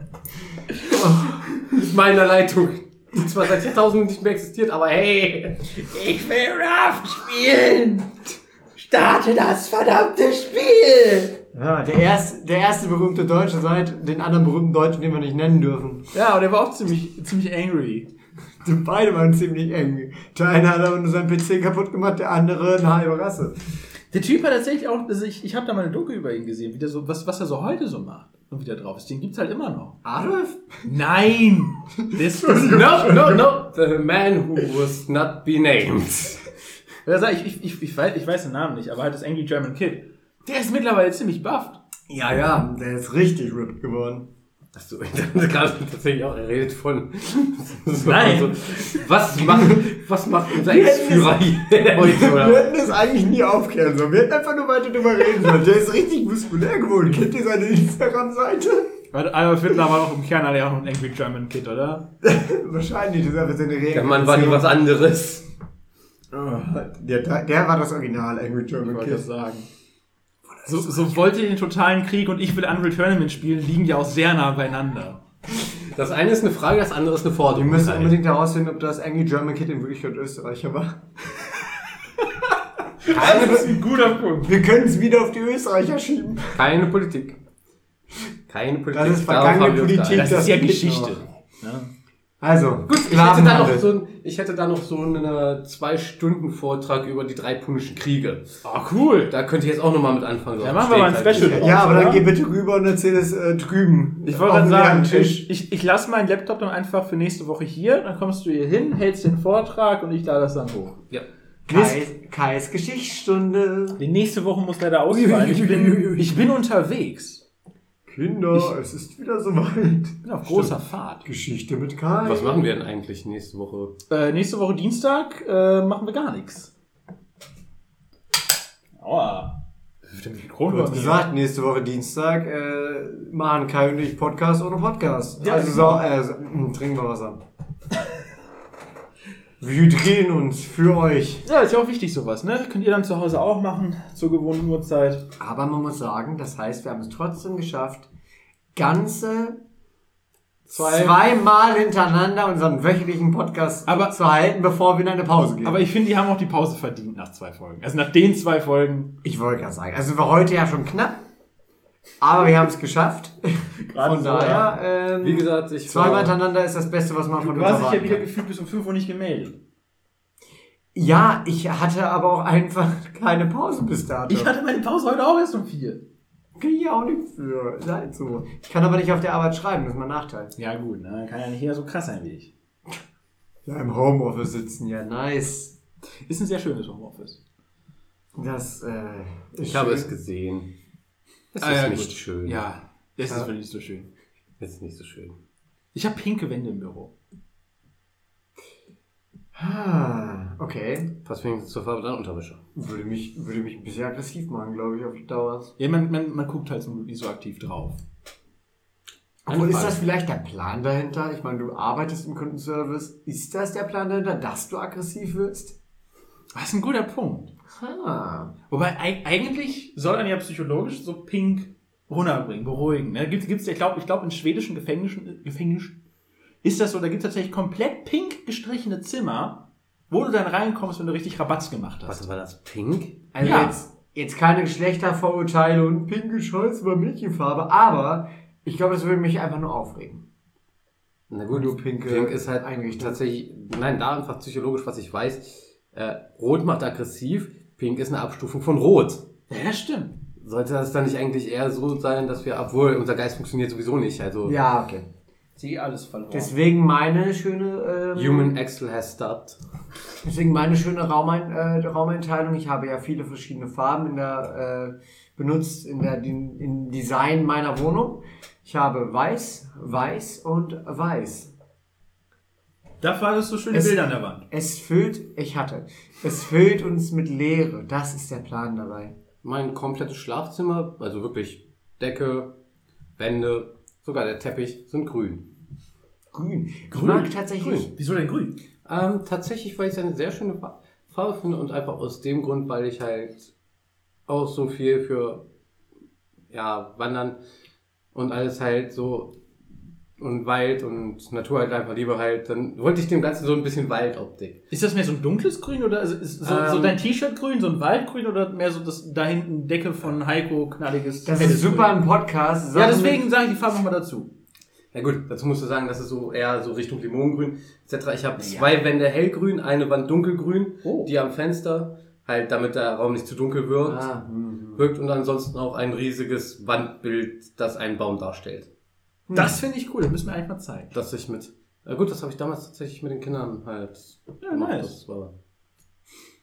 Mit meiner Leitung, die zwar seit Jahrtausenden nicht mehr existiert, aber hey. Ich will Raft spielen! Starte das verdammte Spiel! Ja, der erste, der erste berühmte Deutsche seit den anderen berühmten Deutschen, den wir nicht nennen dürfen. Ja, und er war auch ziemlich, ziemlich angry. Die beide waren ziemlich eng. Der eine hat aber nur seinen P C kaputt gemacht, der andere eine halbe Rasse. Der Typ hat tatsächlich auch, also ich, ich habe da mal eine Doku über ihn gesehen, wie der so, was, was er so heute so macht und wie der drauf ist. Den gibt's halt immer noch. Adolf? Nein! Das, das, No, no, no. The man who was not be named. ich, ich, ich, ich, weiß, ich weiß den Namen nicht, aber halt das Angry German Kid. Der ist mittlerweile ziemlich bufft. Ja, ja, der ist richtig ripped geworden. Achso, ich dachte gerade tatsächlich auch, er redet von. So, Nein. So, was macht, was macht unser Ex-Führer hier heute, Wir oder? hätten es eigentlich nie aufklären sollen. Wir hätten einfach nur weiter drüber reden sollen. Der ist richtig muskulär geworden. Kennt ihr seine Instagram-Seite? Adolf Hitler war doch im Kern alle auch noch ein Angry German Kid, oder? Wahrscheinlich, das ist einfach seine Reaktion. Der Mann war nie was anderes. Der, der war das Original Angry Ich German wollte Kid. das sagen. So, so wollt ihr den totalen Krieg und ich will Unreal Tournament spielen, liegen ja auch sehr nah beieinander. Das eine ist eine Frage, das andere ist eine Wir Forderung. müssen unbedingt herausfinden, ob das Angry German Kid in Wirklichkeit Österreicher war. Keine, Das ist ein guter Punkt. Wir können es wieder auf die Österreicher schieben. keine Politik. Keine Politik. Das ist darauf vergangene haben wir uns Politik. geeinigt. Das ist ja geht Geschichte. noch. Ja. Also, Gut, ich hätte, da noch Sklavenhandel. so ein, ich hätte da noch so einen zwei-Stunden-Vortrag über die drei punischen Kriege. Oh, cool. Da könnte ich jetzt auch nochmal mit anfangen. So Ja, am machen wir mal ein Stegreif. Special. Ja, aber dann oder? geh bitte rüber und erzähl es äh, drüben. Ich wollte Auf gerade dem leeren sagen, Tisch. ich, ich, ich lasse meinen Laptop dann einfach für nächste Woche hier, dann kommst du hier hin, hältst den Vortrag und ich lade das dann hoch. Ja. Kais, Kais Geschichtsstunde. Die nächste Woche muss leider ausfallen. Ich bin, ich bin unterwegs. Kinder, es ist wieder soweit. Ich bin auf großer Fahrt. Geschichte mit Kai. Was machen wir denn eigentlich nächste Woche? Äh, nächste Woche Dienstag äh, machen wir gar nichts. Aua. Du hast gesagt, nächste Woche Dienstag äh, machen Kai und ich Podcast ohne Podcast. Ja, also so, äh, so, mh, trinken wir Wasser. Wir drehen uns für euch. Ja, ist ja auch wichtig sowas, ne? Könnt ihr dann zu Hause auch machen, zur gewohnten Uhrzeit. Aber man muss sagen, das heißt, wir haben es trotzdem geschafft, ganze Zwei- zweimal hintereinander unseren wöchentlichen Podcast Aber- zu halten, bevor wir in eine Pause gehen. Aber ich finde, die haben auch die Pause verdient nach zwei Folgen. Also nach den zwei Folgen. ich wollte gerade sagen, also war heute ja schon knapp, aber wir haben es geschafft. Gerade Von so, daher, ähm, Wie gesagt, ich zweimal war, hintereinander ist das Beste, was man von Du uns hast dich ja erwarten wieder kann. gefühlt bis um fünf Uhr nicht gemeldet. Ja, ich hatte aber auch einfach keine Pause bis dato. Ich hatte meine Pause heute auch erst um vier. Kann ich auch nichts für. Ist halt so. Ich kann aber nicht auf der Arbeit schreiben, das ist mein Nachteil. Ja gut, ne? Kann ja nicht jeder so krass sein wie ich. Ja, im Homeoffice sitzen, ja, nice. Ist ein sehr schönes Homeoffice. Das, äh, ist ich habe schön. es gesehen. Es Ah, ist ja, nicht gut. schön. Ja, es Ja. ist wirklich so schön. Es ist nicht so schön. Ich habe pinke Wände im Büro. Ah, okay. Passt wenigstens zur Farbe deiner Unterwäsche. Würde mich, würde mich ein bisschen aggressiv machen, glaube ich, auf die Dauer. Ja, man, man, man guckt halt so nicht so aktiv drauf. Obwohl, ist Frage. das vielleicht der Plan dahinter? Ich meine, du arbeitest im Kundenservice. Ist das der Plan dahinter, dass du aggressiv wirst? Das ist ein guter Punkt. Ah. Wobei eig- eigentlich soll man ja psychologisch so pink runterbringen, beruhigen. Ne? Gibt, gibt's, ich glaube, ich glaub, in schwedischen Gefängnissen, Gefängnissen ist das so, da gibt es tatsächlich komplett pink gestrichene Zimmer, wo du dann reinkommst, wenn du richtig Rabatz gemacht hast. Was war das? Pink? Also Ja. jetzt, jetzt keine Geschlechtervorurteile und pinke Scheiße über Mädchenfarbe, aber ich glaube, das würde mich einfach nur aufregen. Na gut, Nur pinke Pink ist halt Einrichtung. tatsächlich, nein, da einfach psychologisch, was ich weiß, äh, Rot macht aggressiv, Pink ist eine Abstufung von Rot. Ja, das stimmt. Sollte das dann nicht eigentlich eher so sein, dass wir, obwohl unser Geist funktioniert sowieso nicht, also Ja, okay. Sie alles verloren. Deswegen meine schöne ähm, Human Axel has stopped. Deswegen meine schöne Raumein, äh, Raumeinteilung. Ich habe ja viele verschiedene Farben in der, äh, benutzt in der in, in Design meiner Wohnung. Ich habe weiß, weiß und weiß. Dafür hattest du schöne Es- Bilder an der Wand. Es füllt, ich hatte, es füllt uns mit Leere. Das ist der Plan dabei. Mein komplettes Schlafzimmer, also wirklich Decke, Wände, sogar der Teppich sind grün. Grün. Ich Grün? mag tatsächlich. Wieso denn grün? Ähm, tatsächlich, weil ich es eine sehr schöne Fa- Farbe finde und einfach aus dem Grund, weil ich halt auch so viel für ja, Wandern und alles halt so und Wald und Natur halt einfach lieber halt, dann wollte ich dem Ganzen so ein bisschen Waldoptik. Ist das mehr so ein dunkles Grün oder ist, ist so, Ähm, so dein T-Shirt grün, so ein Waldgrün oder mehr so das da hinten Decke von Heiko knalliges? Das helles ist super Grün? im Podcast. Ja, Sachen deswegen mit- sage ich die Farbe nochmal dazu. Ja gut, dazu musst du sagen, das ist so eher so Richtung Limonengrün et cetera. Ich habe zwei Wände hellgrün, eine Wand dunkelgrün, Oh. die am Fenster, halt damit der Raum nicht zu dunkel wirkt, Ah, hm. wirkt und ansonsten auch ein riesiges Wandbild, das einen Baum darstellt. Das finde ich cool, das müssen wir eigentlich mal zeigen. Das ich mit. Ja gut, das habe ich damals tatsächlich mit den Kindern halt Ja, gemacht. nice. Das war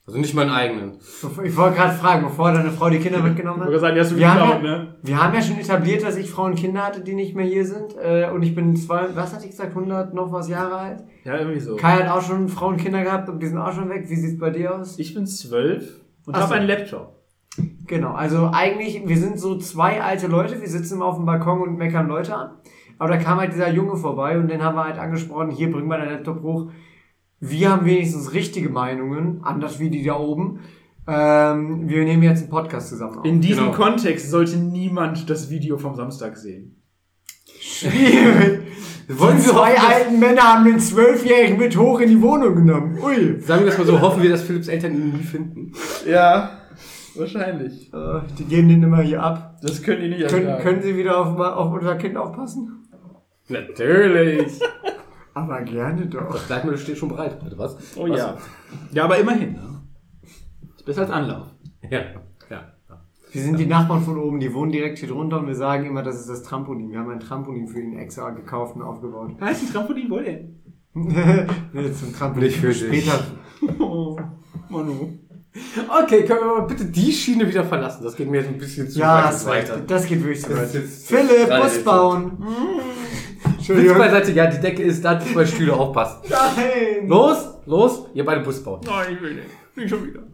Also nicht meinen eigenen. Ich wollte gerade fragen, bevor deine Frau die Kinder mitgenommen hat. Ich wollte sagen, die hast du Wir haben, geklaut, ja, ne? wir haben ja schon etabliert, dass ich Frauen und Kinder hatte, die nicht mehr hier sind. Äh, und ich bin zwei, was hatte ich gesagt, hundert noch was Jahre alt. Ja, irgendwie so. Kai hat auch schon Frauen und Kinder gehabt und die sind auch schon weg. Wie sieht's bei dir aus? Ich bin zwölf und Ach habe so. einen Laptop. Genau, also eigentlich, wir sind so zwei alte Leute, wir sitzen immer auf dem Balkon und meckern Leute an. Aber da kam halt dieser Junge vorbei und den haben wir halt angesprochen, hier, bring mal deinen Laptop hoch. Wir haben wenigstens richtige Meinungen, anders wie die da oben. Ähm, wir nehmen jetzt einen Podcast zusammen auf. In diesem Genau. Kontext sollte niemand das Video vom Samstag sehen. Schwierig. Wollen Die wir zwei hoffen, dass- alten Männer haben den Zwölfjährigen mit hoch in die Wohnung genommen. Ui. Sagen wir das mal so, hoffen wir, dass Philipps Eltern ihn nie finden. Ja, wahrscheinlich. Äh, die geben den immer hier ab. Das könnt ihr nicht Können, ertragen. können Sie wieder auf, auf unser Kind aufpassen? Natürlich. Aber gerne doch. Das Gleitmittel steht schon bereit. Bitte was? Oh was? ja. Ja, aber immerhin. Ne? Ist besser als Anlauf. Ja. Ja. ja. Wir sind die Nachbarn von oben, die wohnen direkt hier drunter und wir sagen immer, das ist das Trampolin. Wir haben ein Trampolin für ihn extra gekauft und aufgebaut. Heißt ein Trampolin wohl denn? Nee, zum Trampolin. Nicht für dich. Später. Oh, Manu. Okay, können wir mal bitte die Schiene wieder verlassen? Das geht mir jetzt ein bisschen zu Ja, weit das, weiter. das geht wirklich zu Das weit. ist jetzt Philipp, gerade Bus jetzt bauen. Witz Entschuldigung. beiseite, ja, die Decke ist da, die zwei Stühle aufpassen. Nein. Los, los, ihr beide Bus bauen. Nein, ich will nicht. Nicht schon wieder.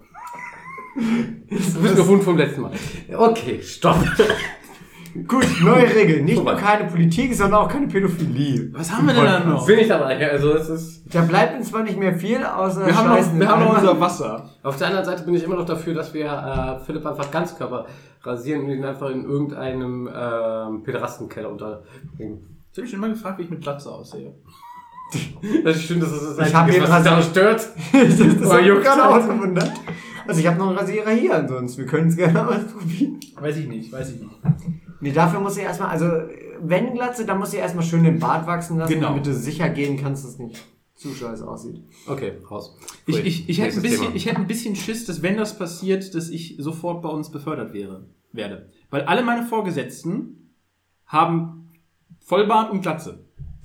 Du bist gewohnt vom letzten Mal. Okay, stopp. Gut, neue Regel. Nicht nur Vorbei. keine Politik, sondern auch keine Pädophilie. Was haben wir denn dann noch? Bin ich dabei, also es ist... Da bleibt uns zwar nicht mehr viel, außer Wir haben Scheißen noch, wir in haben noch Eimer. unser Wasser. Auf der anderen Seite bin ich immer noch dafür, dass wir äh, Philipp einfach Ganzkörper rasieren und ihn einfach in irgendeinem ähm, Pederastenkeller unterbringen. Ich habe mich schon immer gefragt, wie ich mit Glatze aussehe. Das ist schön, dass es das Ich hab Einzige ihn ist, was daran stört. das das Aber hat mich juckt gerade halt. auch gewundert. Also ich habe noch einen Rasierer hier ansonsten. Wir können es gerne ausprobieren. Weiß ich nicht, weiß ich nicht. Nee, dafür muss ich erstmal, also wenn Glatze, dann muss ich erstmal schön den Bart wachsen lassen, Genau. damit du sicher gehen kannst, dass es nicht zu scheiße aussieht. Okay, raus. Ich, Pfui. ich, ich, hätte ein Nächstes bisschen, Thema. ich hätte ein bisschen Schiss, dass wenn das passiert, dass ich sofort bei uns befördert wäre, werde. Weil alle meine Vorgesetzten haben Vollbart und Glatze.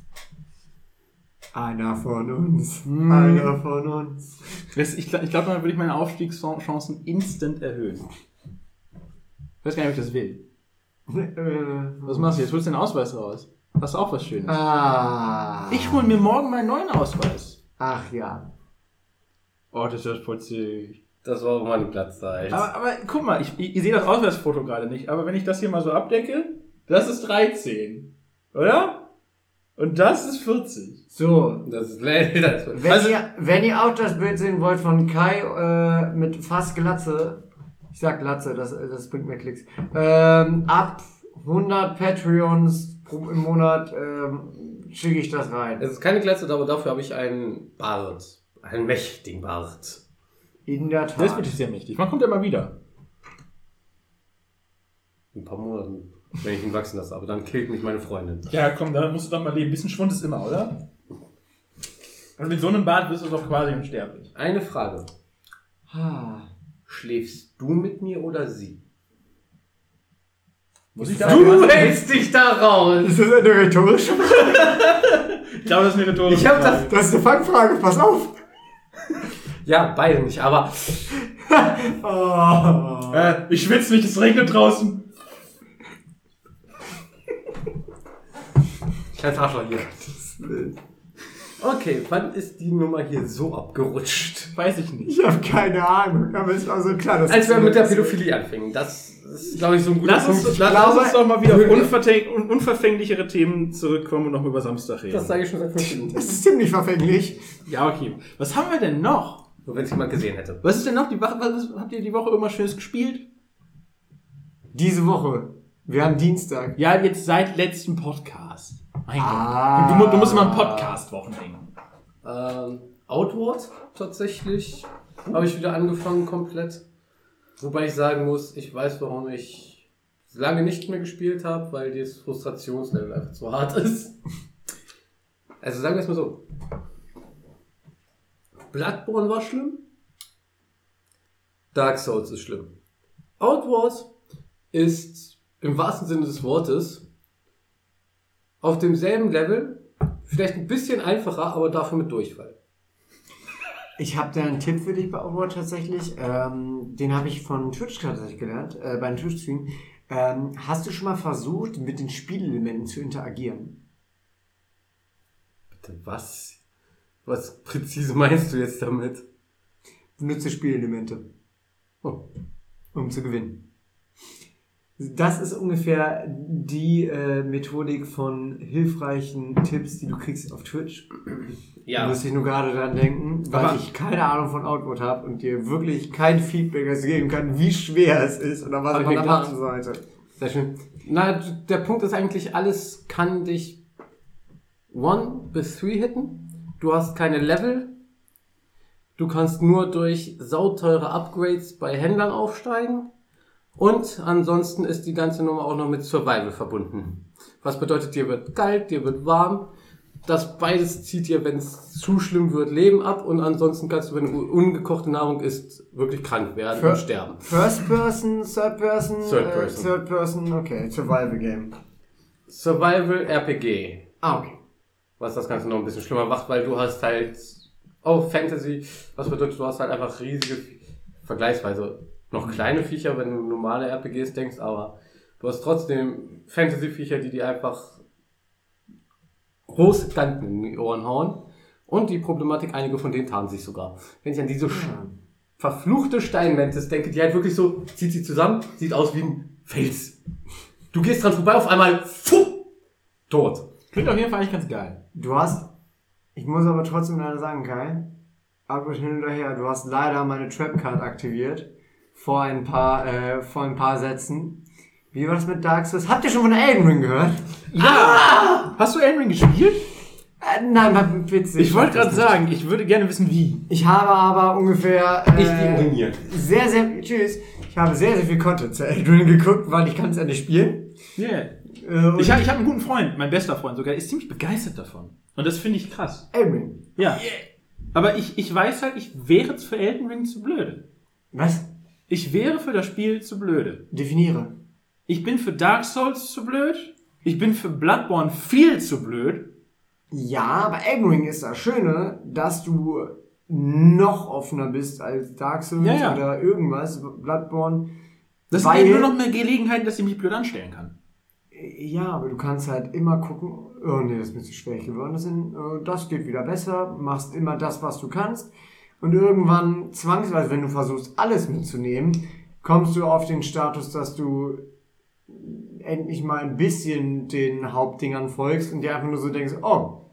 Einer von uns. Hm. Einer von uns. Das, ich glaube, ich glaub, dann würde ich meine Aufstiegschancen instant erhöhen. Ich weiß gar nicht, ob ich das will. Äh, Was machst du jetzt? Holst du den Ausweis raus? Hast du auch was Schönes? ah. Ich hole mir morgen meinen neuen Ausweis. Ach ja. Oh, das ist ja putzig. Das war auch mal die Platzzeit. Aber, aber guck mal, ich, ich, ich sehe das Ausweisfoto gerade nicht, aber wenn ich das hier mal so abdecke, das ist dreizehn. Oder? Und das ist vierzig. So. Das ist leider. Wenn, Also- ihr, wenn ihr auch das Bild sehen wollt von Kai äh, mit fast Glatze, ich sag Glatze, das, das bringt mir Klicks, ähm, ab hundert Patreons pro, im Monat ähm, schicke ich das rein. Es ist keine Glatze, aber dafür habe ich einen Bart. Einen mächtigen Bart. In der Das ist Tat. wirklich sehr mächtig. Man kommt ja mal wieder. In ein paar Monaten, wenn ich ihn wachsen lasse. Aber dann killt mich meine Freundin. Ja, komm, da musst du doch mal leben. Ein bisschen Schwund ist immer, oder? Und mit so einem Bart bist du doch quasi unsterblich. Eine Frage. Ah. Schläfst du mit mir oder sie? Muss ich Du da hältst dich da raus! Ist das eine rhetorische Frage? Ich glaube, das ist eine rhetorische Ich hab das- Frage. Das ist eine Fangfrage, pass auf. Ja, beide nicht, aber Oh. Äh, ich schwitze nicht, es regnet draußen. kleines Arschloch hier. Okay, wann ist die Nummer hier so abgerutscht? Weiß ich nicht. Ich habe keine Ahnung, aber es war so klar, dass Als wir mit der Pädophilie anfingen. Das ist, glaube ich, so ein guter Lass uns, Punkt. lass, glaube- lass uns doch mal wieder auf unverfäng- un- unverfänglichere Themen zurückkommen und noch über Samstag reden. Das sage ich schon seit fünf Minuten. Das ist ziemlich verfänglich. Ja, okay. Was haben wir denn noch? Nur wenn es jemand gesehen hätte. Was ist denn noch? Die Woche, was, habt ihr die Woche irgendwas Schönes gespielt? Diese Woche. Wir haben Dienstag. Ja, jetzt seit letztem Podcast. Mein Ah. Gott. Du, mu- du musst immer einen Podcast-Wochen denken. Ähm, Outward tatsächlich habe ich wieder angefangen komplett. Wobei ich sagen muss, ich weiß, warum ich lange nicht mehr gespielt habe, weil das Frustrationslevel einfach zu hart ist. Also sagen wir es mal so. Bloodborne war schlimm. Dark Souls ist schlimm. Outward ist im wahrsten Sinne des Wortes auf demselben Level, vielleicht ein bisschen einfacher, aber dafür mit Durchfall. Ich habe da einen Tipp für dich bei Overwatch tatsächlich. Ähm, den habe ich von Twitch tatsächlich gelernt, äh, bei einem Twitch-Stream. Ähm, hast du schon mal versucht, mit den Spielelementen zu interagieren? Bitte, was? Was präzise meinst du jetzt damit? Benutze Spielelemente, Oh. um zu gewinnen. Das ist ungefähr die äh, Methodik von hilfreichen Tipps, die du kriegst auf Twitch. Da muss ich nur gerade dran denken, weil Aber- ich keine Ahnung von Output habe und dir wirklich kein Feedback dazu geben kann, wie schwer es ist oder was Hab ich man mir da gedacht. machen sollte. Sehr schön. Na, der Punkt ist eigentlich, alles kann dich one bis three hitten. Du hast keine Level. Du kannst nur durch sauteure Upgrades bei Händlern aufsteigen. Und ansonsten ist die ganze Nummer auch noch mit Survival verbunden. Was bedeutet, dir wird kalt, dir wird warm. Das beides zieht dir, wenn es zu schlimm wird, Leben ab. Und ansonsten kannst du, wenn du ungekochte Nahrung isst, wirklich krank werden Für- und sterben. First Person, Third Person, Third äh, Person. Third Person, okay, Survival Game. Survival R P G. Ah, okay. Was das Ganze noch ein bisschen schlimmer macht, weil du hast halt, oh, Fantasy, was bedeutet, du hast halt einfach riesige, vergleichsweise noch kleine Viecher, wenn du normale R P Gs denkst, aber du hast trotzdem Fantasy-Viecher, die dir einfach große Kanten in die Ohren hauen. Und die Problematik, einige von denen tarnen sich sogar. Wenn ich an diese sch- verfluchte Steinmantis denke, die halt wirklich so, zieht sie zusammen, sieht aus wie ein Fels. Du gehst dran vorbei, auf einmal, pfuh, tot. Klingt auf jeden Fall eigentlich ganz geil. Du hast, ich muss aber trotzdem leider sagen, Kai, aber hin oder her, du hast leider meine Trapcard aktiviert. Vor ein paar, äh, vor ein paar Sätzen. Wie war das mit Dark Souls? Habt ihr schon von Elden Ring gehört? Ja! Hast du Elden Ring gespielt? Äh, nein, mal witzig. Ich wollte gerade sagen, ich würde gerne wissen, wie. Ich habe aber ungefähr, äh, Nicht die uriniert. sehr, sehr, tschüss. Ich habe sehr, sehr viel Content zu Elden Ring geguckt, weil ich kann es endlich spielen. Yeah. Äh, und Ich, hab- ich habe einen guten Freund, mein bester Freund sogar, der ist ziemlich begeistert davon. Und das finde ich krass. Elden Ring. Ja. Aber ich, ich weiß halt, ich wäre für Elden Ring zu blöde. Was? Ich wäre für das Spiel zu blöde. Definiere. Ich bin für Dark Souls zu blöd. Ich bin für Bloodborne viel zu blöd. Ja, aber Elden Ring ist das Schöne, dass du noch offener bist als Dark Souls Ja, ja. oder irgendwas, Bloodborne. Das Weil- gibt nur noch mehr Gelegenheiten, dass ich mich blöd anstellen kann. Ja, aber du kannst halt immer gucken, oh nee, das ist mir zu schwer geworden, das, sind, äh, das geht wieder besser, machst immer das, was du kannst. Und irgendwann, zwangsweise, wenn du versuchst, alles mitzunehmen, kommst du auf den Status, dass du endlich mal ein bisschen den Hauptdingern folgst und dir einfach nur so denkst, oh,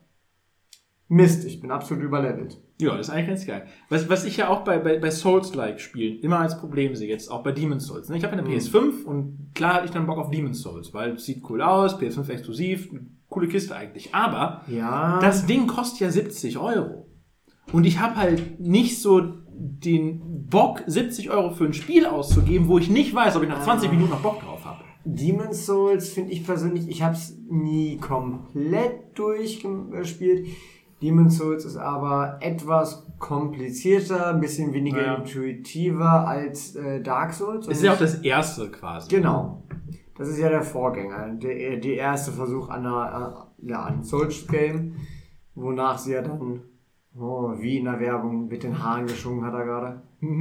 Mist, ich bin absolut überlevelt. Ja, das ist eigentlich ganz geil. Was, was ich ja auch bei, bei, bei Souls-like-Spielen immer als Problem sehe, jetzt auch bei Demon's Souls. Ne? Ich habe eine P S fünf und klar hatte ich dann Bock auf Demon's Souls, weil es sieht cool aus, P S fünf exklusiv, eine coole Kiste eigentlich. Aber Ja. das Ding kostet ja siebzig Euro. Und ich habe halt nicht so den Bock, siebzig Euro für ein Spiel auszugeben, wo ich nicht weiß, ob ich nach zwanzig Minuten noch Bock drauf habe. Demon's Souls finde ich persönlich, ich habe es nie komplett durchgespielt. Demon's Souls ist aber etwas komplizierter, ein bisschen weniger Ja. intuitiver als äh, Dark Souls. Es ist ja auch das erste quasi. Genau. Das ist ja der Vorgänger, der, der erste Versuch an einer, äh, ja, an Souls-Game, wonach sie ja dann, oh, wie in der Werbung, mit den Haaren geschwungen hat er gerade.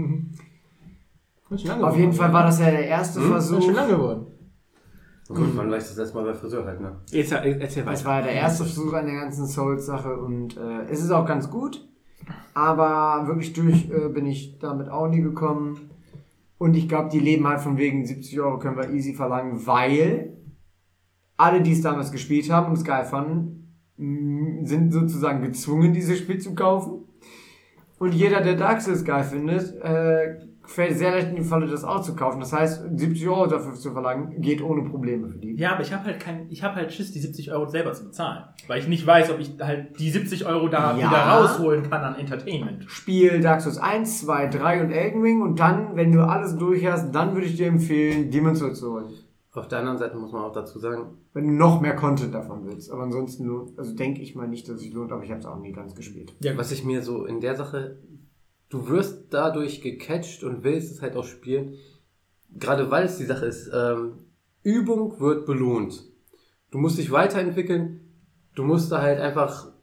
Auf jeden Fall war das ja der erste Versuch. geworden. Gut, wann war ich das letzte Mal bei Friseur halt, ne? Jetzt erzähl Das weiter. war ja der erste Versuch an der ganzen Souls-Sache und äh, es ist auch ganz gut, aber wirklich durch äh, bin ich damit auch nie gekommen. Und ich glaube, die leben halt von wegen siebzig Euro können wir easy verlangen, weil alle, die es damals gespielt haben und es geil fanden, mh, sind sozusagen gezwungen, dieses Spiel zu kaufen. Und jeder, der Dark Souls geil findet, äh, fällt sehr leicht in die Falle, das auch zu kaufen. Das heißt, siebzig Euro dafür zu verlangen, geht ohne Probleme für die. Ja, aber ich habe halt kein, ich habe halt Schiss, die siebzig Euro selber zu bezahlen. Weil ich nicht weiß, ob ich halt die siebzig Euro da Ja. wieder rausholen kann an Entertainment. Spiel Dark Souls eins, zwei, drei und Elden Ring und dann, wenn du alles durch hast, dann würde ich dir empfehlen, Demon's Souls zu holen. Auf der anderen Seite muss man auch dazu sagen, Wenn du noch mehr Content davon willst. Aber ansonsten, lohnt- also denke ich mal nicht, dass es sich lohnt, aber ich habe es auch nie ganz gespielt. ja, was ich mir so in der Sache, du wirst dadurch gecatcht und willst es halt auch spielen, gerade weil es die Sache ist, ähm, Übung wird belohnt. Du musst dich weiterentwickeln, du musst da halt einfach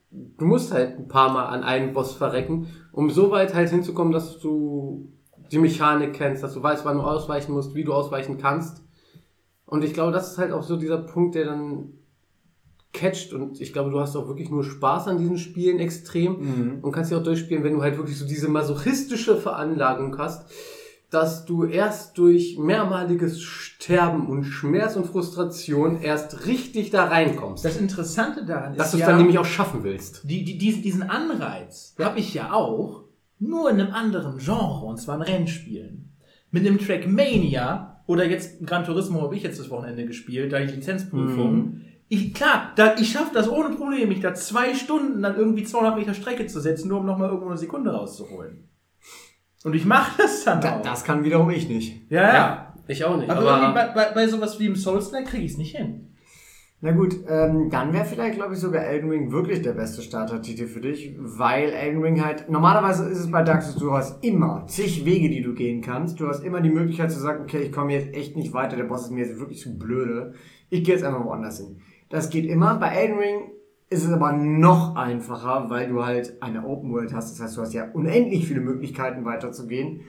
du musst halt ein paar Mal an einen Boss verrecken, um so weit halt hinzukommen, dass du die Mechanik kennst, dass du weißt, wann du ausweichen musst, wie du ausweichen kannst. Und ich glaube, das ist halt auch so dieser Punkt, der dann catcht. Und ich glaube, du hast auch wirklich nur Spaß an diesen Spielen extrem Mhm. und kannst sie auch durchspielen, wenn du halt wirklich so diese masochistische Veranlagung hast, dass du erst durch mehrmaliges Sterben und Schmerz und Frustration erst richtig da reinkommst. Das Interessante daran dass ist du es ja, dann nämlich auch schaffen willst. die, die, diesen, diesen Anreiz habe ich ja auch, nur in einem anderen Genre, und zwar in Rennspielen. Mit einem Trackmania oder jetzt Gran Turismo habe ich jetzt das Wochenende gespielt, da die Lizenzprüfung. Mhm. Ich, klar, da, ich schaffe das ohne Probleme, mich da zwei Stunden dann irgendwie zweihundert Meter Strecke zu setzen, nur um nochmal irgendwo eine Sekunde rauszuholen. Und ich mache das dann Da, auch. das kann wiederum ich nicht. ja, ja. Ich auch nicht. Aber, Aber, irgendwie bei, bei, bei sowas wie im Souls-like kriege ich es nicht hin. Na gut, ähm, dann wäre vielleicht, glaube ich, sogar Elden Ring wirklich der beste Startertitel für dich, weil Elden Ring halt, normalerweise ist es bei Dark Souls, du hast immer zig Wege, die du gehen kannst. Du hast immer die Möglichkeit zu sagen, okay, ich komme jetzt echt nicht weiter, der Boss ist mir jetzt wirklich zu blöde. Ich gehe jetzt einfach woanders hin. Das geht immer. Bei Elden Ring ist es aber noch einfacher, weil du halt eine Open World hast. Das heißt, du hast ja unendlich viele Möglichkeiten weiterzugehen.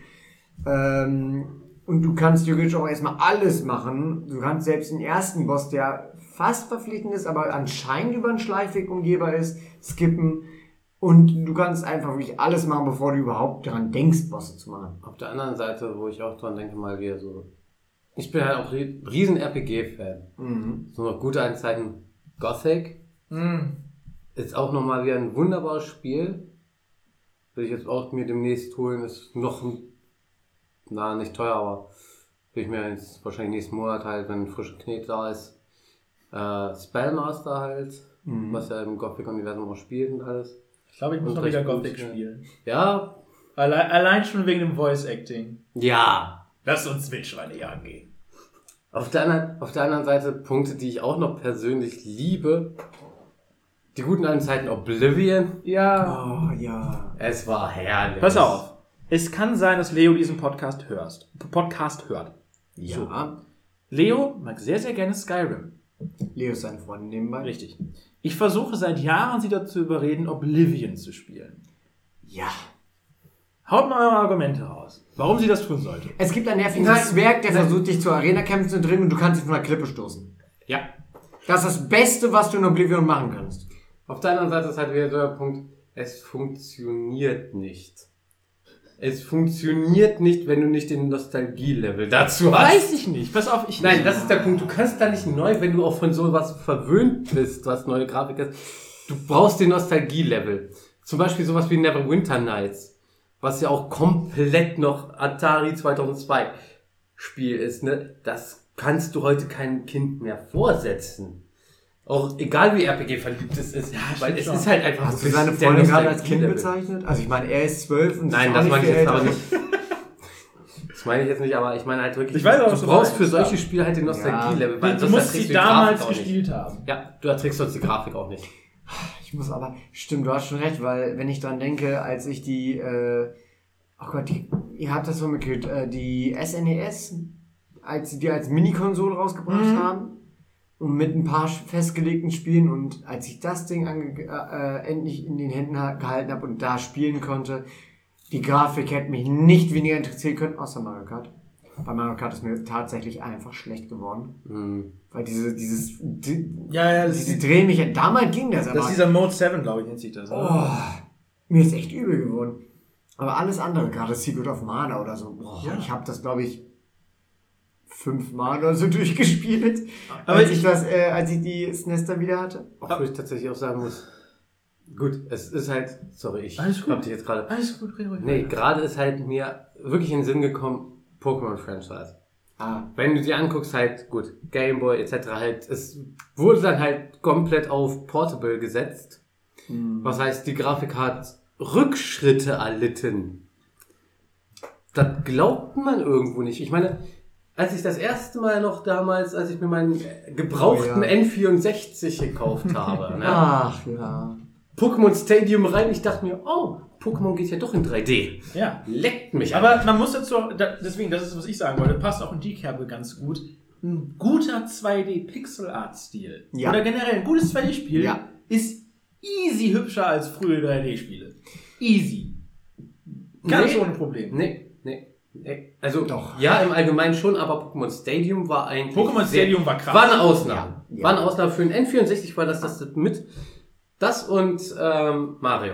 Ähm, und du kannst theoretisch auch erstmal alles machen. Du kannst selbst den ersten Boss, der fast verpflichtend ist, aber anscheinend über einen Schleichweg umgehbar ist, skippen. Und du kannst einfach wirklich alles machen, bevor du überhaupt daran denkst, Bosse zu machen. auf der anderen Seite, wo ich auch dran denke, mal wieder so. Ich bin halt auch ri- riesen R P G-Fan. Mhm. So noch gute Einzeiten. Gothic Mhm. ist auch nochmal wieder ein wunderbares Spiel. Will ich jetzt auch mir demnächst holen. Ist noch ein, na, nicht teuer, aber will ich mir jetzt wahrscheinlich nächsten Monat halt, wenn ein frischer Knet da ist. Äh, Spellmaster halt, Mhm. was ja im Gothic-Universum auch spielt und alles. Ich glaube, ich muss Und noch wieder recht gut, Gothic ja. spielen. Ja, Allein, allein schon wegen dem Voice-Acting. ja. Lass uns Switch-Schweine jagen gehen. Auf der, anderen, auf der anderen Seite Punkte, die ich auch noch persönlich liebe. Die guten alten Zeiten Oblivion. Ja. Oh, ja. Es war herrlich. Pass auf. Es kann sein, dass Leo diesen Podcast hörst. Podcast hört. Ja. Leo mag sehr, sehr gerne Skyrim. Leo ist seine Freundin nebenbei. Richtig. Ich versuche seit Jahren, sie dazu zu überreden, Oblivion zu spielen. Ja. Haut mal eure Argumente raus. Warum sie das tun sollte. Es gibt einen nervigen Nein. Zwerg, der Nein. versucht, dich zu Arena-Kämpfen zu drehen und du kannst ihn von der Klippe stoßen. Ja. Das ist das Beste, was du in Oblivion machen kannst. Auf der anderen Seite ist halt wieder der Punkt, es funktioniert nicht. Es funktioniert nicht, wenn du nicht den Nostalgie-Level dazu hast. Weiß ich nicht. Pass auf, ich... Nein, das ist der Punkt. Du kannst da nicht neu, wenn du auch von sowas verwöhnt bist, was neue Grafik ist. Du brauchst den Nostalgie-Level. Zum Beispiel sowas wie Neverwinter Nights, was ja auch komplett noch Atari zweitausendzwei Spiel ist, ne? Das kannst du heute keinem Kind mehr vorsetzen. Auch egal wie R P G verliebt es ist, weil es schon. ist halt einfach Hast du der seine Freundin gerade als Kind Nostalgie-Level. bezeichnet? Also ich meine, er ist zwölf und Nein, ist das auch meine ich viel jetzt älter. aber nicht. Das meine ich jetzt nicht, aber ich meine halt wirklich, Ich weiß aber, was du du brauchst meinst, für solche ja. Spiele halt den Nostalgie-Level, weil Du sonst musst erträgst sie du die Grafik damals auch nicht. gespielt haben. Ja, du erträgst sonst die Grafik auch nicht. Ich muss aber, stimmt, du hast schon recht, weil wenn ich dran denke, als ich die, äh, oh Gott, die, ihr habt das so mitgekriegt, äh, die S N E S, als sie die als Mini-Konsole rausgebracht Mhm. haben und mit ein paar festgelegten Spielen und als ich das Ding ange äh, äh, endlich in den Händen ha- gehalten habe und da spielen konnte, die Grafik hätte mich nicht weniger interessieren können, außer Mario Kart. Bei Mario Kart ist mir tatsächlich einfach schlecht geworden. Hm. Weil diese, dieses, die, Ja, ja, das diese ist, Drehmechanik, damals ging das, aber das ist dieser Mode sieben, glaube ich, nennt sich das. oh, mir ist echt übel geworden. Aber alles andere, gerade Secret of Mana oder so, boah, Ja. ich habe das, glaube ich, fünfmal oder so durchgespielt, Aber als ich, ich- das, äh, als ich die S N E S dann wieder hatte. Obwohl ich tatsächlich auch sagen muss, gut, es ist halt, sorry, ich Alles gut. hab dich jetzt gerade, Alles gut, red ruhig nee, weiter. gerade ist halt mir wirklich in den Sinn gekommen, Pokémon-Franchise. Ah, Wenn du dir anguckst, halt, gut, Gameboy et cetera halt, es wurde dann halt komplett auf Portable gesetzt. Was heißt, die Grafik hat Rückschritte erlitten. Das glaubt man irgendwo nicht. Ich meine, als ich das erste Mal noch damals, als ich mir meinen äh, gebrauchten Oh ja. N vierundsechzig gekauft habe, ne? ach ja. Pokémon Stadium rein, ich dachte mir, oh, Pokémon geht ja doch in drei D. Ja. Leckt mich Aber man muss dazu, da, deswegen, das ist, was ich sagen wollte, passt auch in die Kerbe ganz gut. Ein guter zwei D-Pixel-Art-Stil Ja. oder generell ein gutes zwei D-Spiel Ja. ist easy hübscher als frühe drei D-Spiele. Easy. Ganz Nee. ohne Problem. Nee, nee, nee. Also, Doch. ja, im Allgemeinen schon, aber Pokémon Stadium war eigentlich. Pokémon sehr- Stadium war krass. War eine Ausnahme. Ja, ja. War eine Ausnahme für den N vierundsechzig, war das das mit. Das und ähm, Mario.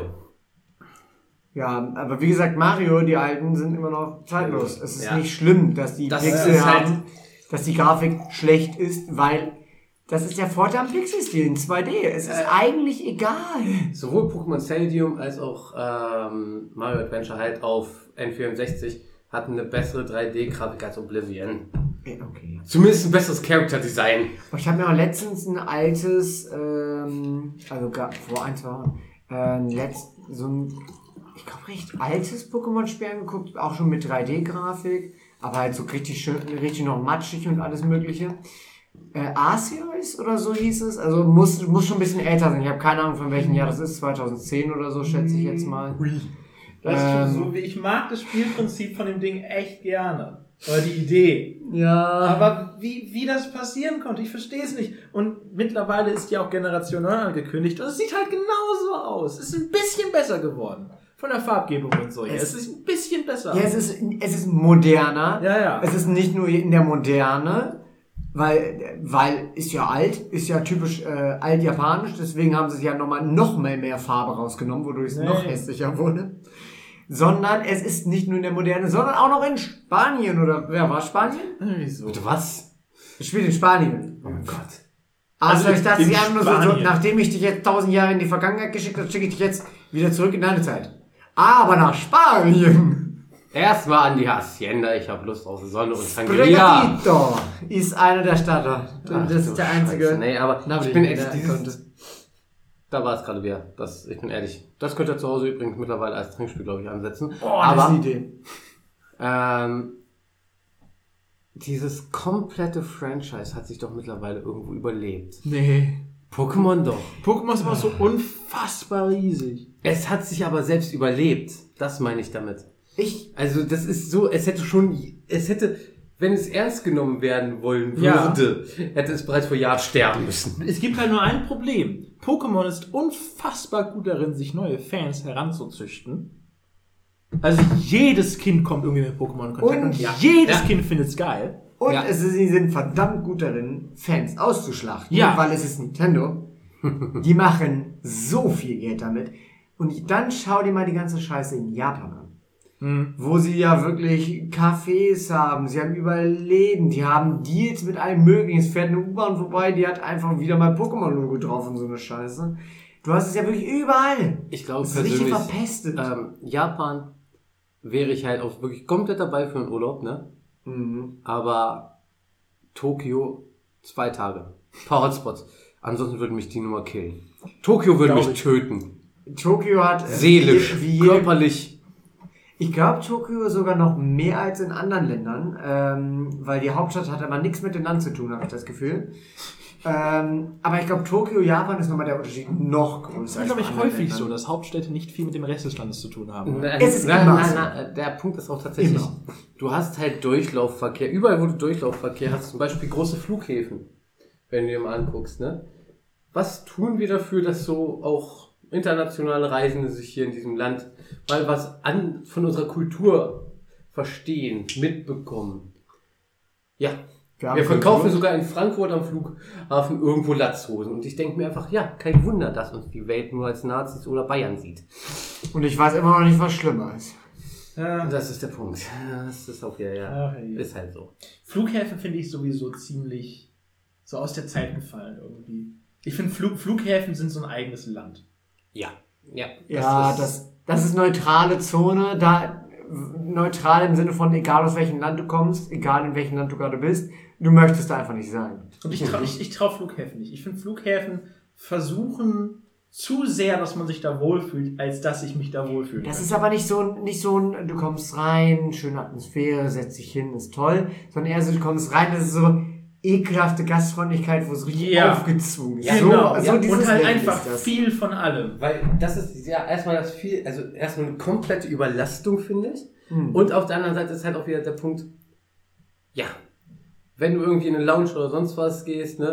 Ja, aber wie gesagt, Mario, die alten, sind immer noch zeitlos. Es ist Ja. nicht schlimm, dass die Das Pixel ist halt- haben, dass die Grafik schlecht ist, weil das ist der Vorteil am Pixel-Stil in zwei D. Es ist Äh. eigentlich egal. Sowohl Pokémon Stadium als auch ähm, Mario Adventure halt auf N vierundsechzig hatten eine bessere drei D-Grafik als Oblivion. Ja, okay. Zumindest ein besseres Character-Design. Aber ich habe mir auch letztens ein altes, ähm, also gar, vor ein, zwei Wochen, äh, ein letzt, so ein, ich glaube, recht altes Pokémon-Spiel angeguckt, auch schon mit drei D-Grafik, aber halt so richtig schön, richtig noch matschig und alles mögliche. Äh, Arceus oder so hieß es, also muss, muss schon ein bisschen älter sein. Ich habe keine Ahnung von welchem Jahr das ist, zweitausendzehn oder so, schätze ich jetzt mal. Das ist Ähm. so, wie ich mag das Spielprinzip von dem Ding echt gerne. Oder die Idee. Ja. Aber wie, wie das passieren konnte, ich verstehe es nicht. Und mittlerweile ist ja auch Generation neun angekündigt und es sieht halt genauso aus. Es ist ein bisschen besser geworden. Von der Farbgebung und so. Ja, Es- es ist ein bisschen besser. Ja, es ist, es ist moderner. Ja, ja. Es ist nicht nur in der Moderne, weil, weil ist ja alt, ist ja typisch äh, alt-japanisch, deswegen haben sie ja nochmal noch mal mehr Farbe rausgenommen, wodurch es Nee. noch hässlicher wurde. Sondern es ist nicht nur in der Moderne, sondern auch noch in Spanien, oder wer war Spanien? Wieso? Bitte was? Es spielt in Spanien. Oh Gott. Also, Also ich dachte, in sie haben nur so, so, Spanien. nachdem ich dich jetzt tausend Jahre in die Vergangenheit geschickt habe, schicke ich dich jetzt wieder zurück in deine Zeit. Aber nach Spanien. Erstmal an die Hacienda, ich habe Lust auf Sonne und Sangria. Spregatito ist einer der Starter. Ach, das du ist der einzige. Scheiße. Nee, aber Navi, ich bin der echt, konnte. dieses, da war es gerade wieder. Das, ich bin ehrlich. Das könnt ihr zu Hause übrigens mittlerweile als Trinkspiel, glaube ich, ansetzen. Oh, aber, das ist eine Idee. ähm, dieses komplette Franchise hat sich doch mittlerweile irgendwo überlebt. Nee. Pokémon doch. Pokémon ist aber so unfassbar riesig. Es hat sich aber selbst überlebt. Das meine ich damit. Ich, Also das ist so, es hätte schon, es hätte, wenn es ernst genommen werden wollen Ja. würde, hätte es bereits vor Jahren sterben müssen. Es gibt halt nur ein Problem. Pokémon ist unfassbar gut darin, sich neue Fans heranzuzüchten. Also jedes Kind kommt irgendwie mit Pokémon in Kontakt Und- und ja. jedes Ja. Kind findet's geil. und Ja. es ist, sie sind verdammt gut darin, Fans auszuschlachten. Ja. Weil es ist Nintendo. Die machen so viel Geld damit. Und dann schau dir mal die ganze Scheiße in Japan an. Hm. Wo sie ja wirklich Cafés haben, sie haben überall Läden, die haben Deals mit allem möglichen. Es fährt eine U-Bahn vorbei, die hat einfach wieder mal Pokémon-Logo drauf und so eine Scheiße. Du hast es ja wirklich überall. Ich glaube Das ist richtig persönlich, verpestet. ähm, Japan wäre ich halt auch wirklich komplett dabei für einen Urlaub, ne? Mhm. Aber Tokio, zwei Tage. Ein paar Hotspots. Ansonsten würde mich die Nummer killen. Tokio würde Glaub mich ich. töten. Tokio hat äh, Seelisch, wie jede, körperlich. ich glaube Tokio sogar noch mehr als in anderen Ländern, ähm, weil die Hauptstadt hat aber nichts mit dem Land zu tun, habe ich das Gefühl. Ähm, aber ich glaube Tokio, Japan ist nochmal der Unterschied noch größer. Das ist, als glaube in ich, anderen häufig so, Ländern. dass Hauptstädte nicht viel mit dem Rest des Landes zu tun haben. Nein, Es ist nein, immer nein, so. nein, der Punkt ist auch tatsächlich, Immer. du hast halt Durchlaufverkehr. Überall, wo du Durchlaufverkehr hast, zum Beispiel große Flughäfen, wenn du dir mal anguckst, ne? Was tun wir dafür, dass so auch internationale Reisende sich hier in diesem Land mal was an, von unserer Kultur verstehen, mitbekommen? Ja, Wir haben wir verkaufen Kultur. sogar in Frankfurt am Flughafen irgendwo Latzhosen. Und ich denke mir einfach, ja, kein Wunder, dass uns die Welt nur als Nazis oder Bayern sieht. Und ich weiß immer noch nicht, was schlimmer ist. Ja. Das ist der Punkt. Das ist auch wieder, ja. Ach, ja. Ist halt so. Flughäfen finde ich sowieso ziemlich so aus der Zeit gefallen irgendwie. Ich finde, Flug, Flughäfen sind so ein eigenes Land. Ja. Ja, Ja, ist- das, das ist neutrale Zone, da neutral im Sinne von egal aus welchem Land du kommst, egal in welchem Land du gerade bist, du möchtest da einfach nicht sein. Und ich traue ich, ich trau Flughäfen nicht. Ich finde, Flughäfen versuchen zu sehr, dass man sich da wohlfühlt, als dass ich mich da wohlfühle. Das ist aber nicht so, ein- nicht so ein, du kommst rein, schöne Atmosphäre, setzt dich hin, ist toll, sondern eher so, du kommst rein, das ist so ekelhafte Gastfreundlichkeit, wo es richtig Ja. aufgezwungen ist. Ja, so, genau. so ja, dieses und halt Level einfach ist das. viel von allem. Weil das ist ja erstmal das viel, also erstmal eine komplette Überlastung, finde ich. Hm. Und auf der anderen Seite ist halt auch wieder der Punkt, ja, wenn du irgendwie in eine Lounge oder sonst was gehst, ne,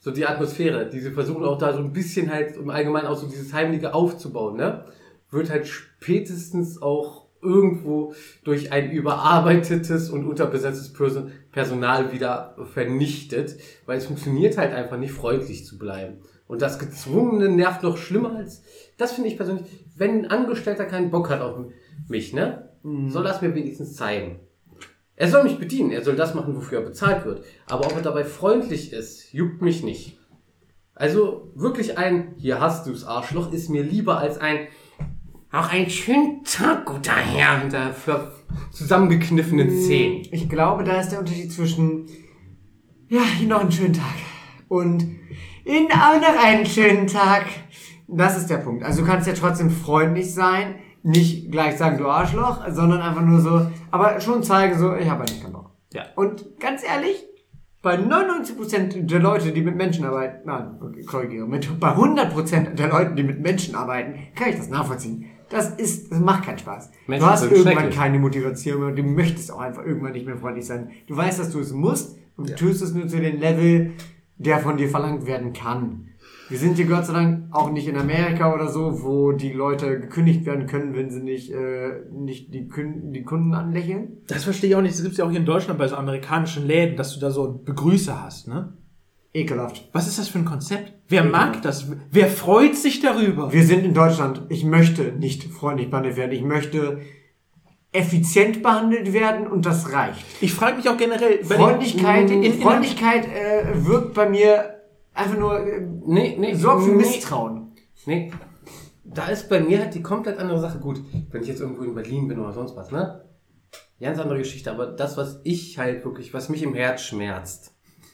so die Atmosphäre, die sie versuchen auch da so ein bisschen halt im Allgemeinen auch so dieses Heimliche aufzubauen, ne? Wird halt spätestens auch irgendwo durch ein überarbeitetes und unterbesetztes Personal wieder vernichtet, weil es funktioniert halt einfach nicht, freundlich zu bleiben. Und das Gezwungene nervt noch schlimmer als, das finde ich persönlich, wenn ein Angestellter keinen Bock hat auf mich, ne, mhm. soll das mir wenigstens zeigen. Er soll mich bedienen, er soll das machen, wofür er bezahlt wird. Aber ob er dabei freundlich ist, juckt mich nicht. Also wirklich ein, hier hast du's Arschloch, ist mir lieber als ein, auch einen schönen Tag, guter Herr, hinter für zusammengekniffenen Zähnen. Ich glaube, da ist der Unterschied zwischen, ja, hier noch einen schönen Tag und Ihnen auch noch einen schönen Tag. Das ist der Punkt. Also du kannst ja trotzdem freundlich sein, nicht gleich sagen, du Arschloch, sondern einfach nur so, aber schon zeigen so, ich habe eigentlich keinen Bock. Ja. Und ganz ehrlich, bei neunundneunzig Prozent der Leute, die mit Menschen arbeiten, nein, okay, korrigiere, mit, bei hundert Prozent der Leute, die mit Menschen arbeiten, kann ich das nachvollziehen. Das ist, das macht keinen Spaß. Menschen du hast irgendwann schrecklich. keine Motivation mehr und du möchtest auch einfach irgendwann nicht mehr freundlich sein. Du weißt, dass du es musst und Ja. du tust es nur zu dem Level, der von dir verlangt werden kann. Wir sind hier Gott sei Dank auch nicht in Amerika oder so, wo die Leute gekündigt werden können, wenn sie nicht, äh, nicht die, Kün- die Kunden anlächeln. Das verstehe ich auch nicht. Das gibt's ja auch hier in Deutschland bei so amerikanischen Läden, dass du da so einen Begrüßer hast, ne? Ekelhaft. Was ist das für ein Konzept? Wer mag das? Wer freut sich darüber? Wir sind in Deutschland. Ich möchte nicht freundlich behandelt werden. Ich möchte effizient behandelt werden und das reicht. Ich frage mich auch generell... bei den- Freundlichkeit, in, in, Freundlichkeit äh, wirkt bei mir einfach nur äh, Nee, nee, sorgt für nee. Misstrauen. Nee, da ist bei mir halt die komplett andere Sache. Gut, wenn ich jetzt irgendwo in Berlin bin oder sonst was, ne? Ganz andere Geschichte, aber das, was ich halt wirklich, was mich im Herz schmerzt,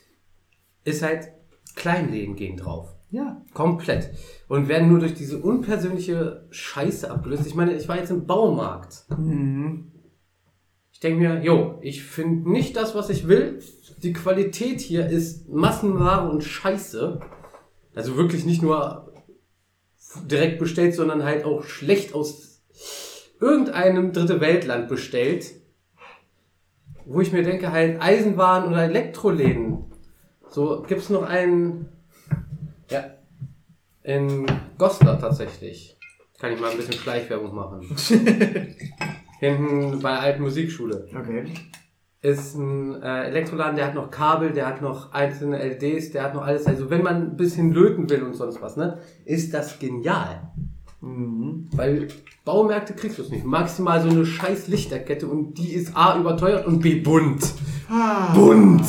ist halt, Kleinläden gehen drauf. Ja. Komplett. Und werden nur durch diese unpersönliche Scheiße abgelöst. Ich meine, ich war jetzt im Baumarkt. Mhm. Ich denke mir, jo, ich finde nicht das, was ich will. Die Qualität hier ist Massenware und Scheiße. Also wirklich nicht nur direkt bestellt, sondern halt auch schlecht aus irgendeinem dritte Weltland bestellt. Wo ich mir denke, halt Eisenwaren oder Elektroläden. So, gibt's noch einen, ja, in Goslar tatsächlich. Kann ich mal ein bisschen Schleichwerbung machen. Hinten bei der alten Musikschule. Okay. Ist ein äh, Elektroladen, der hat noch Kabel, der hat noch einzelne L E Ds, der hat noch alles. Also wenn man ein bisschen löten will und sonst was, ne, ist das genial. Mhm. Weil Baumärkte kriegst du es nicht. Maximal so eine scheiß Lichterkette und die ist A überteuert und B bunt. Ah. Bunt!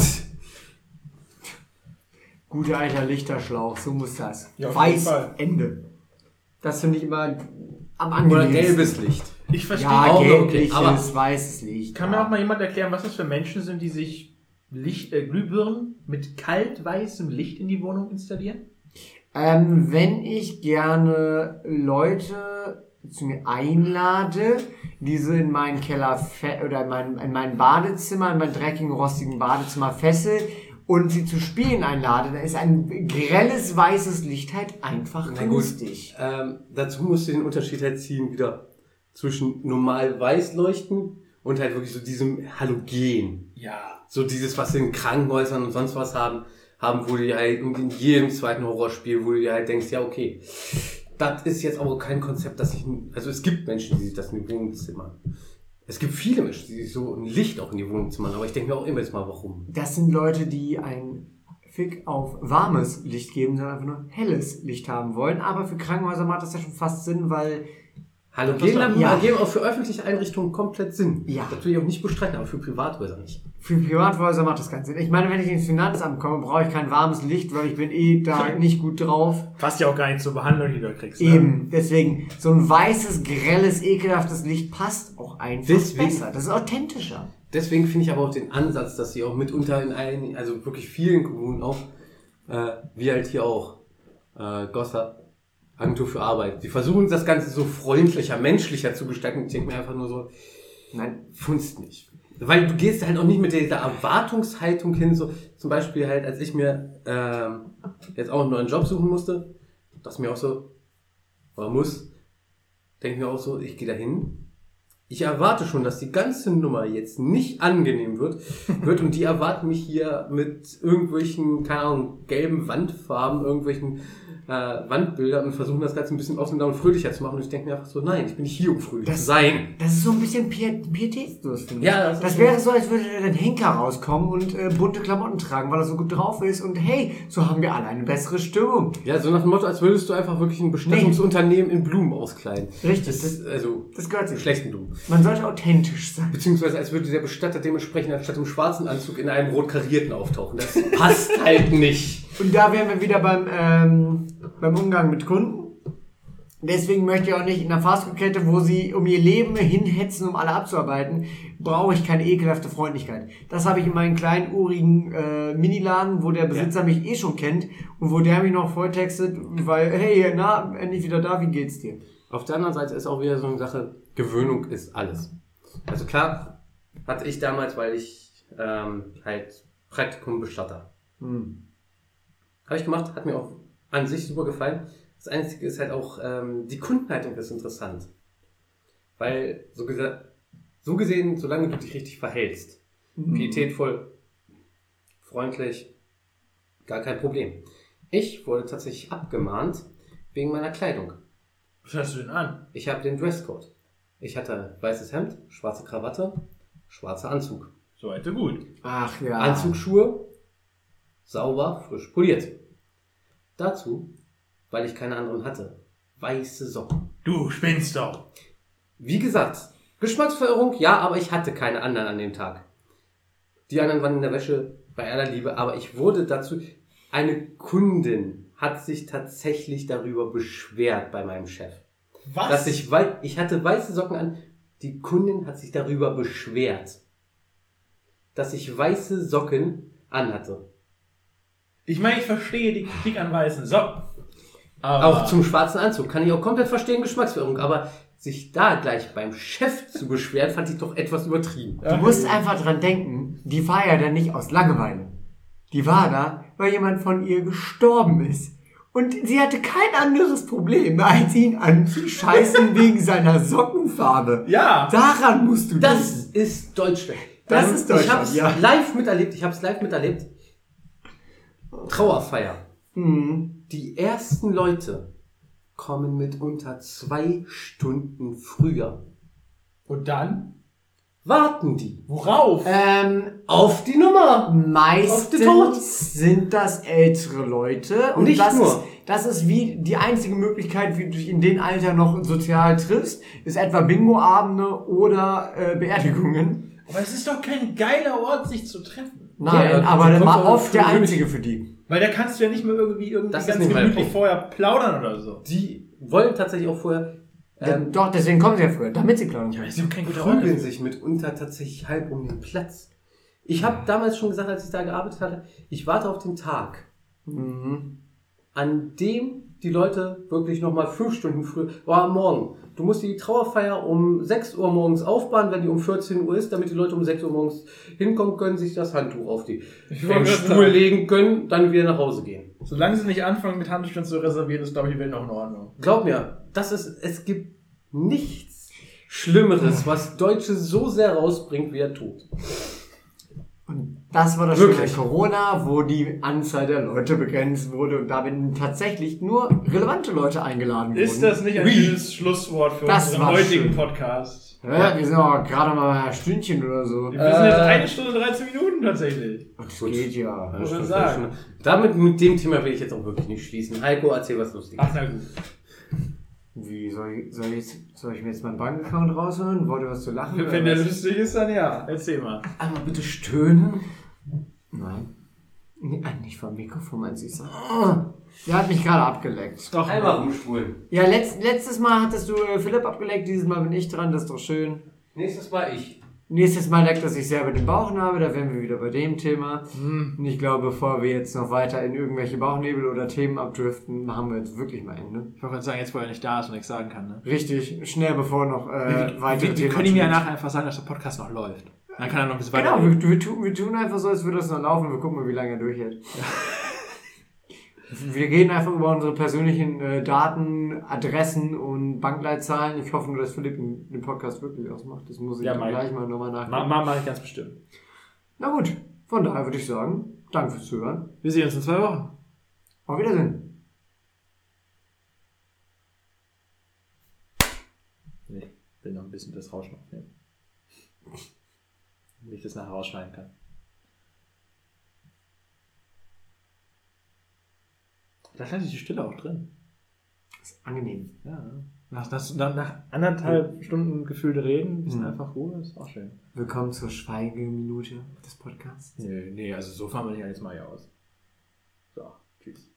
Guter alter Lichterschlauch, so muss das. Ja, auf jeden Weiß, Fall. Ende. Das finde ich immer am Oder angenehmsten. gelbes Licht. Ich verstehe Ja, auch, gelbliches, okay, aber- weißes Licht. Kann mir auch mal jemand erklären, was das für Menschen sind, die sich Licht, äh, Glühbirnen mit kaltweißem Licht in die Wohnung installieren? Ähm, wenn ich gerne Leute zu mir einlade, diese in meinen Keller fe- oder in mein, in mein Badezimmer, in mein dreckigen, rostigen Badezimmer fessel und sie zu Spielen einlade, dann ist ein grelles, weißes Licht halt einfach Na gut. günstig. Ähm, dazu musst du den Unterschied halt ziehen wieder zwischen normal weiß leuchten und halt wirklich so diesem Halogen. Ja. So dieses, was sie in Krankenhäusern und sonst was haben, haben, wo du dir halt und in jedem zweiten Horrorspiel, wo du dir halt denkst, ja okay, das ist jetzt aber kein Konzept, das ich, also es gibt Menschen, die sich das in die Wohnzimmer. Es gibt viele Menschen, die sich so ein Licht auch in die Wohnzimmer, aber ich denke mir auch immer jetzt mal, warum? Das sind Leute, die ein Fick auf warmes Licht geben, sondern einfach nur helles Licht haben wollen. Aber für Krankenhäuser macht das ja schon fast Sinn, weil Halogenlampen Ja. ergeben auch für öffentliche Einrichtungen komplett Sinn. Ja. Das will ich auch nicht bestreiten, aber für Privathäuser nicht. für Privathäuser macht das keinen Sinn. Ich meine, wenn ich ins Finanzamt komme, brauche ich kein warmes Licht, weil ich bin eh da nicht gut drauf. Passt ja auch gar nicht zur Behandlung, die du kriegst. Ne? Eben, deswegen, so ein weißes, grelles, ekelhaftes Licht passt auch einfach Deswegen- besser. Das ist authentischer. Deswegen finde ich aber auch den Ansatz, dass sie auch mitunter in allen, also wirklich vielen Kommunen auch, äh, wie halt hier auch, äh, Goslar, Agentur für Arbeit, die versuchen das Ganze so freundlicher, menschlicher zu gestalten. Ich denke mir einfach nur so, nein, funzt nicht. Weil du gehst halt auch nicht mit dieser Erwartungshaltung hin, so zum Beispiel halt, als ich mir ähm, jetzt auch einen neuen Job suchen musste, das mir auch so, oder muss, denke ich mir auch so, ich gehe da hin, ich erwarte schon, dass die ganze Nummer jetzt nicht angenehm wird, wird und die erwarten mich hier mit irgendwelchen, keine Ahnung, gelben Wandfarben, irgendwelchen äh, Wandbildern und versuchen das Ganze ein bisschen offener und fröhlicher zu machen. Und ich denke mir einfach so, nein, ich bin nicht hier, um fröhlich Das- zu sein. Das ist so ein bisschen Pie- pietätlos, finde ich. Ja, das das ist- wäre so, als würde ein Henker rauskommen und äh, bunte Klamotten tragen, weil er so gut drauf ist. Und hey, so haben wir alle eine bessere Stimmung. Ja, so nach dem Motto, als würdest du einfach wirklich ein Bestattungsunternehmen in Blumen auskleiden. Richtig, Das das, ist, also, das gehört sich. schlechten Blumen. Man sollte authentisch sein. Beziehungsweise als würde der Bestatter dementsprechend anstatt im schwarzen Anzug in einem rot karierten auftauchen. Das passt halt nicht. Und da wären wir wieder beim, ähm, beim Umgang mit Kunden. Deswegen möchte ich auch nicht in einer Fastfood-Kette, wo sie um ihr Leben hinhetzen, um alle abzuarbeiten, brauche ich keine ekelhafte Freundlichkeit. Das habe ich in meinem kleinen, urigen äh, Miniladen, wo der Besitzer mich eh schon kennt und wo der mich noch volltextet, weil, hey, na, endlich wieder da, wie geht's dir? Auf der anderen Seite ist auch wieder so eine Sache, Gewöhnung ist alles. Also klar, hatte ich damals, weil ich ähm, halt Praktikum Bestatter. Hm. Habe ich gemacht, hat mir auch an sich super gefallen. Das Einzige ist halt auch, ähm, die Kundenhaltung ist interessant. Weil, so, gesa- so gesehen, solange du dich richtig verhältst, Mhm. pietätvoll, freundlich, gar kein Problem. Ich wurde tatsächlich abgemahnt wegen meiner Kleidung. Was hast du denn an? Ich habe den Dresscode. Ich hatte weißes Hemd, schwarze Krawatte, schwarzer Anzug. So weit, so gut. Ach ja. Anzugsschuhe, sauber, frisch poliert. Dazu, weil ich keine anderen hatte, weiße Socken. Du spinnst doch. Wie gesagt, Geschmacksverirrung, ja, aber ich hatte keine anderen an dem Tag. Die anderen waren in der Wäsche, bei aller Liebe, aber ich wurde dazu, eine Kundin hat sich tatsächlich darüber beschwert bei meinem Chef. Was? Dass ich, wei- ich hatte weiße Socken an, die Kundin hat sich darüber beschwert, dass ich weiße Socken anhatte. Ich meine, ich verstehe die Kritik an Weißen. So. Aber Auch zum schwarzen Anzug kann ich auch komplett verstehen, Geschmacksverirrung, aber sich da gleich beim Chef zu beschweren, fand ich doch etwas übertrieben. Du musst einfach dran denken, die war ja dann nicht aus Langeweile. Die war da, weil jemand von ihr gestorben ist. Und sie hatte kein anderes Problem, als ihn anzuscheißen wegen seiner Sockenfarbe. Ja. Daran musst du Das denken. ist Deutschland. Das Ähm, ist Deutschland, Ich habe es ja. live miterlebt. Ich habe es live miterlebt. Trauerfeier. Mhm. Die ersten Leute kommen mitunter zwei Stunden früher. Und dann? Warten die Worauf? Ähm, auf die Nummer. Auf den Tod. meistens sind das ältere Leute. Und Nicht das nur. Ist, das ist wie die einzige Möglichkeit, wie du dich in dem Alter noch sozial triffst, ist etwa Bingo-Abende oder äh, Beerdigungen. Aber es ist doch kein geiler Ort, sich zu treffen. Nein, Ja, aber du dann kommst war auch oft der für gewöhnlich- einzige für die. Weil da kannst du ja nicht mehr irgendwie, irgendwie Das ist ganz nicht mein gemütlich Punkt. vorher plaudern oder so. Die wollen tatsächlich auch vorher, Ähm, ähm, Doch, deswegen kommen sie ja früher, damit sie plaudern können. Das ist kein guter Ort. prügeln sich mitunter tatsächlich halb um den Platz. Ich habe damals schon gesagt, als ich da gearbeitet hatte, ich warte auf den Tag, Mhm. an dem die Leute wirklich nochmal fünf Stunden früher, oh, morgen, du musst die Trauerfeier um sechs Uhr morgens aufbauen, wenn die um vierzehn Uhr ist, damit die Leute um sechs Uhr morgens hinkommen können, sich das Handtuch auf die Ich den wollte gerade Stuhl sagen. legen können, dann wieder nach Hause gehen. Solange sie nicht anfangen, mit Handtüchern zu reservieren, ist, glaube ich, die Welt noch in Ordnung. Glaub mir, das ist, es gibt nichts Schlimmeres, was Deutsche so sehr rausbringt, wie er tut. Und das war das Schöne an Wirklich? Corona, wo die Anzahl der Leute begrenzt wurde und damit tatsächlich nur relevante Leute eingeladen wurden. Ist das nicht ein Ui. schönes Schlusswort für Das unseren war heutigen schön. Podcast? Ja, wir sind auch gerade mal ein Stündchen oder so. Wir sind jetzt Äh. eine Stunde dreizehn Minuten tatsächlich. Das Gut. geht ja. Muss man sagen. Damit, mit dem Thema will ich jetzt auch wirklich nicht schließen. Heiko, erzähl was Lustiges. Ach, na gut. Wie, soll ich, soll ich, jetzt, soll ich mir jetzt meinen Bankaccount rausholen? Wollt ihr was zu lachen? oder Wenn der was? lustig ist, dann ja. Erzähl mal. Einmal bitte stöhnen. Nein. Nee, ah, nicht vom Mikrofon, meinst du? Ich sag, oh, der hat mich gerade abgeleckt. Doch, Einmal rumspulen. Ja, letzt, letztes Mal hattest du äh, Philipp abgeleckt, dieses Mal bin ich dran, das ist doch schön. Nächstes Mal ich. Nächstes Mal leckt er sich selber den Bauchnabel, da wären wir wieder bei dem Thema. Und ich glaube, bevor wir jetzt noch weiter in irgendwelche Bauchnebel oder Themen abdriften, machen wir jetzt wirklich mal Ende. Ich wollte gerade sagen, jetzt wo er nicht da ist und nichts sagen kann, ne? Richtig, schnell bevor noch äh, Wir, weitere wir, wir Themen können ihm ja abschließen. nachher einfach sagen, dass der Podcast noch läuft. Dann kann er noch ein bisschen weiter. Genau, wir, wir, tun, wir tun einfach so, als würde das noch laufen und wir gucken mal, wie lange er durchhält. Wir gehen einfach über unsere persönlichen äh, Daten, Adressen und Bankleitzahlen. Ich hoffe nur, dass Philipp den, den Podcast wirklich ausmacht. Das muss ich Ja, dann mach ich. gleich mal nochmal Mach, nachgucken. mach, mach ich ganz bestimmt. Na gut, von daher würde ich sagen, danke fürs Zuhören. Wir sehen uns in zwei Wochen. Auf Wiedersehen. Nee, will noch ein bisschen das Rauschen aufnehmen. Damit ich das nachher rausschneiden kann. Da lasse ich die Stille auch drin. Das ist angenehm. Ja. Nach, nach, nach anderthalb Stunden gefühlte Reden, ein bisschen Mhm. einfach Ruhe, ist auch schön. Willkommen zur Schweigeminute des Podcasts. Nee, nee, also so fahren wir nicht jetzt mal hier aus. So, tschüss.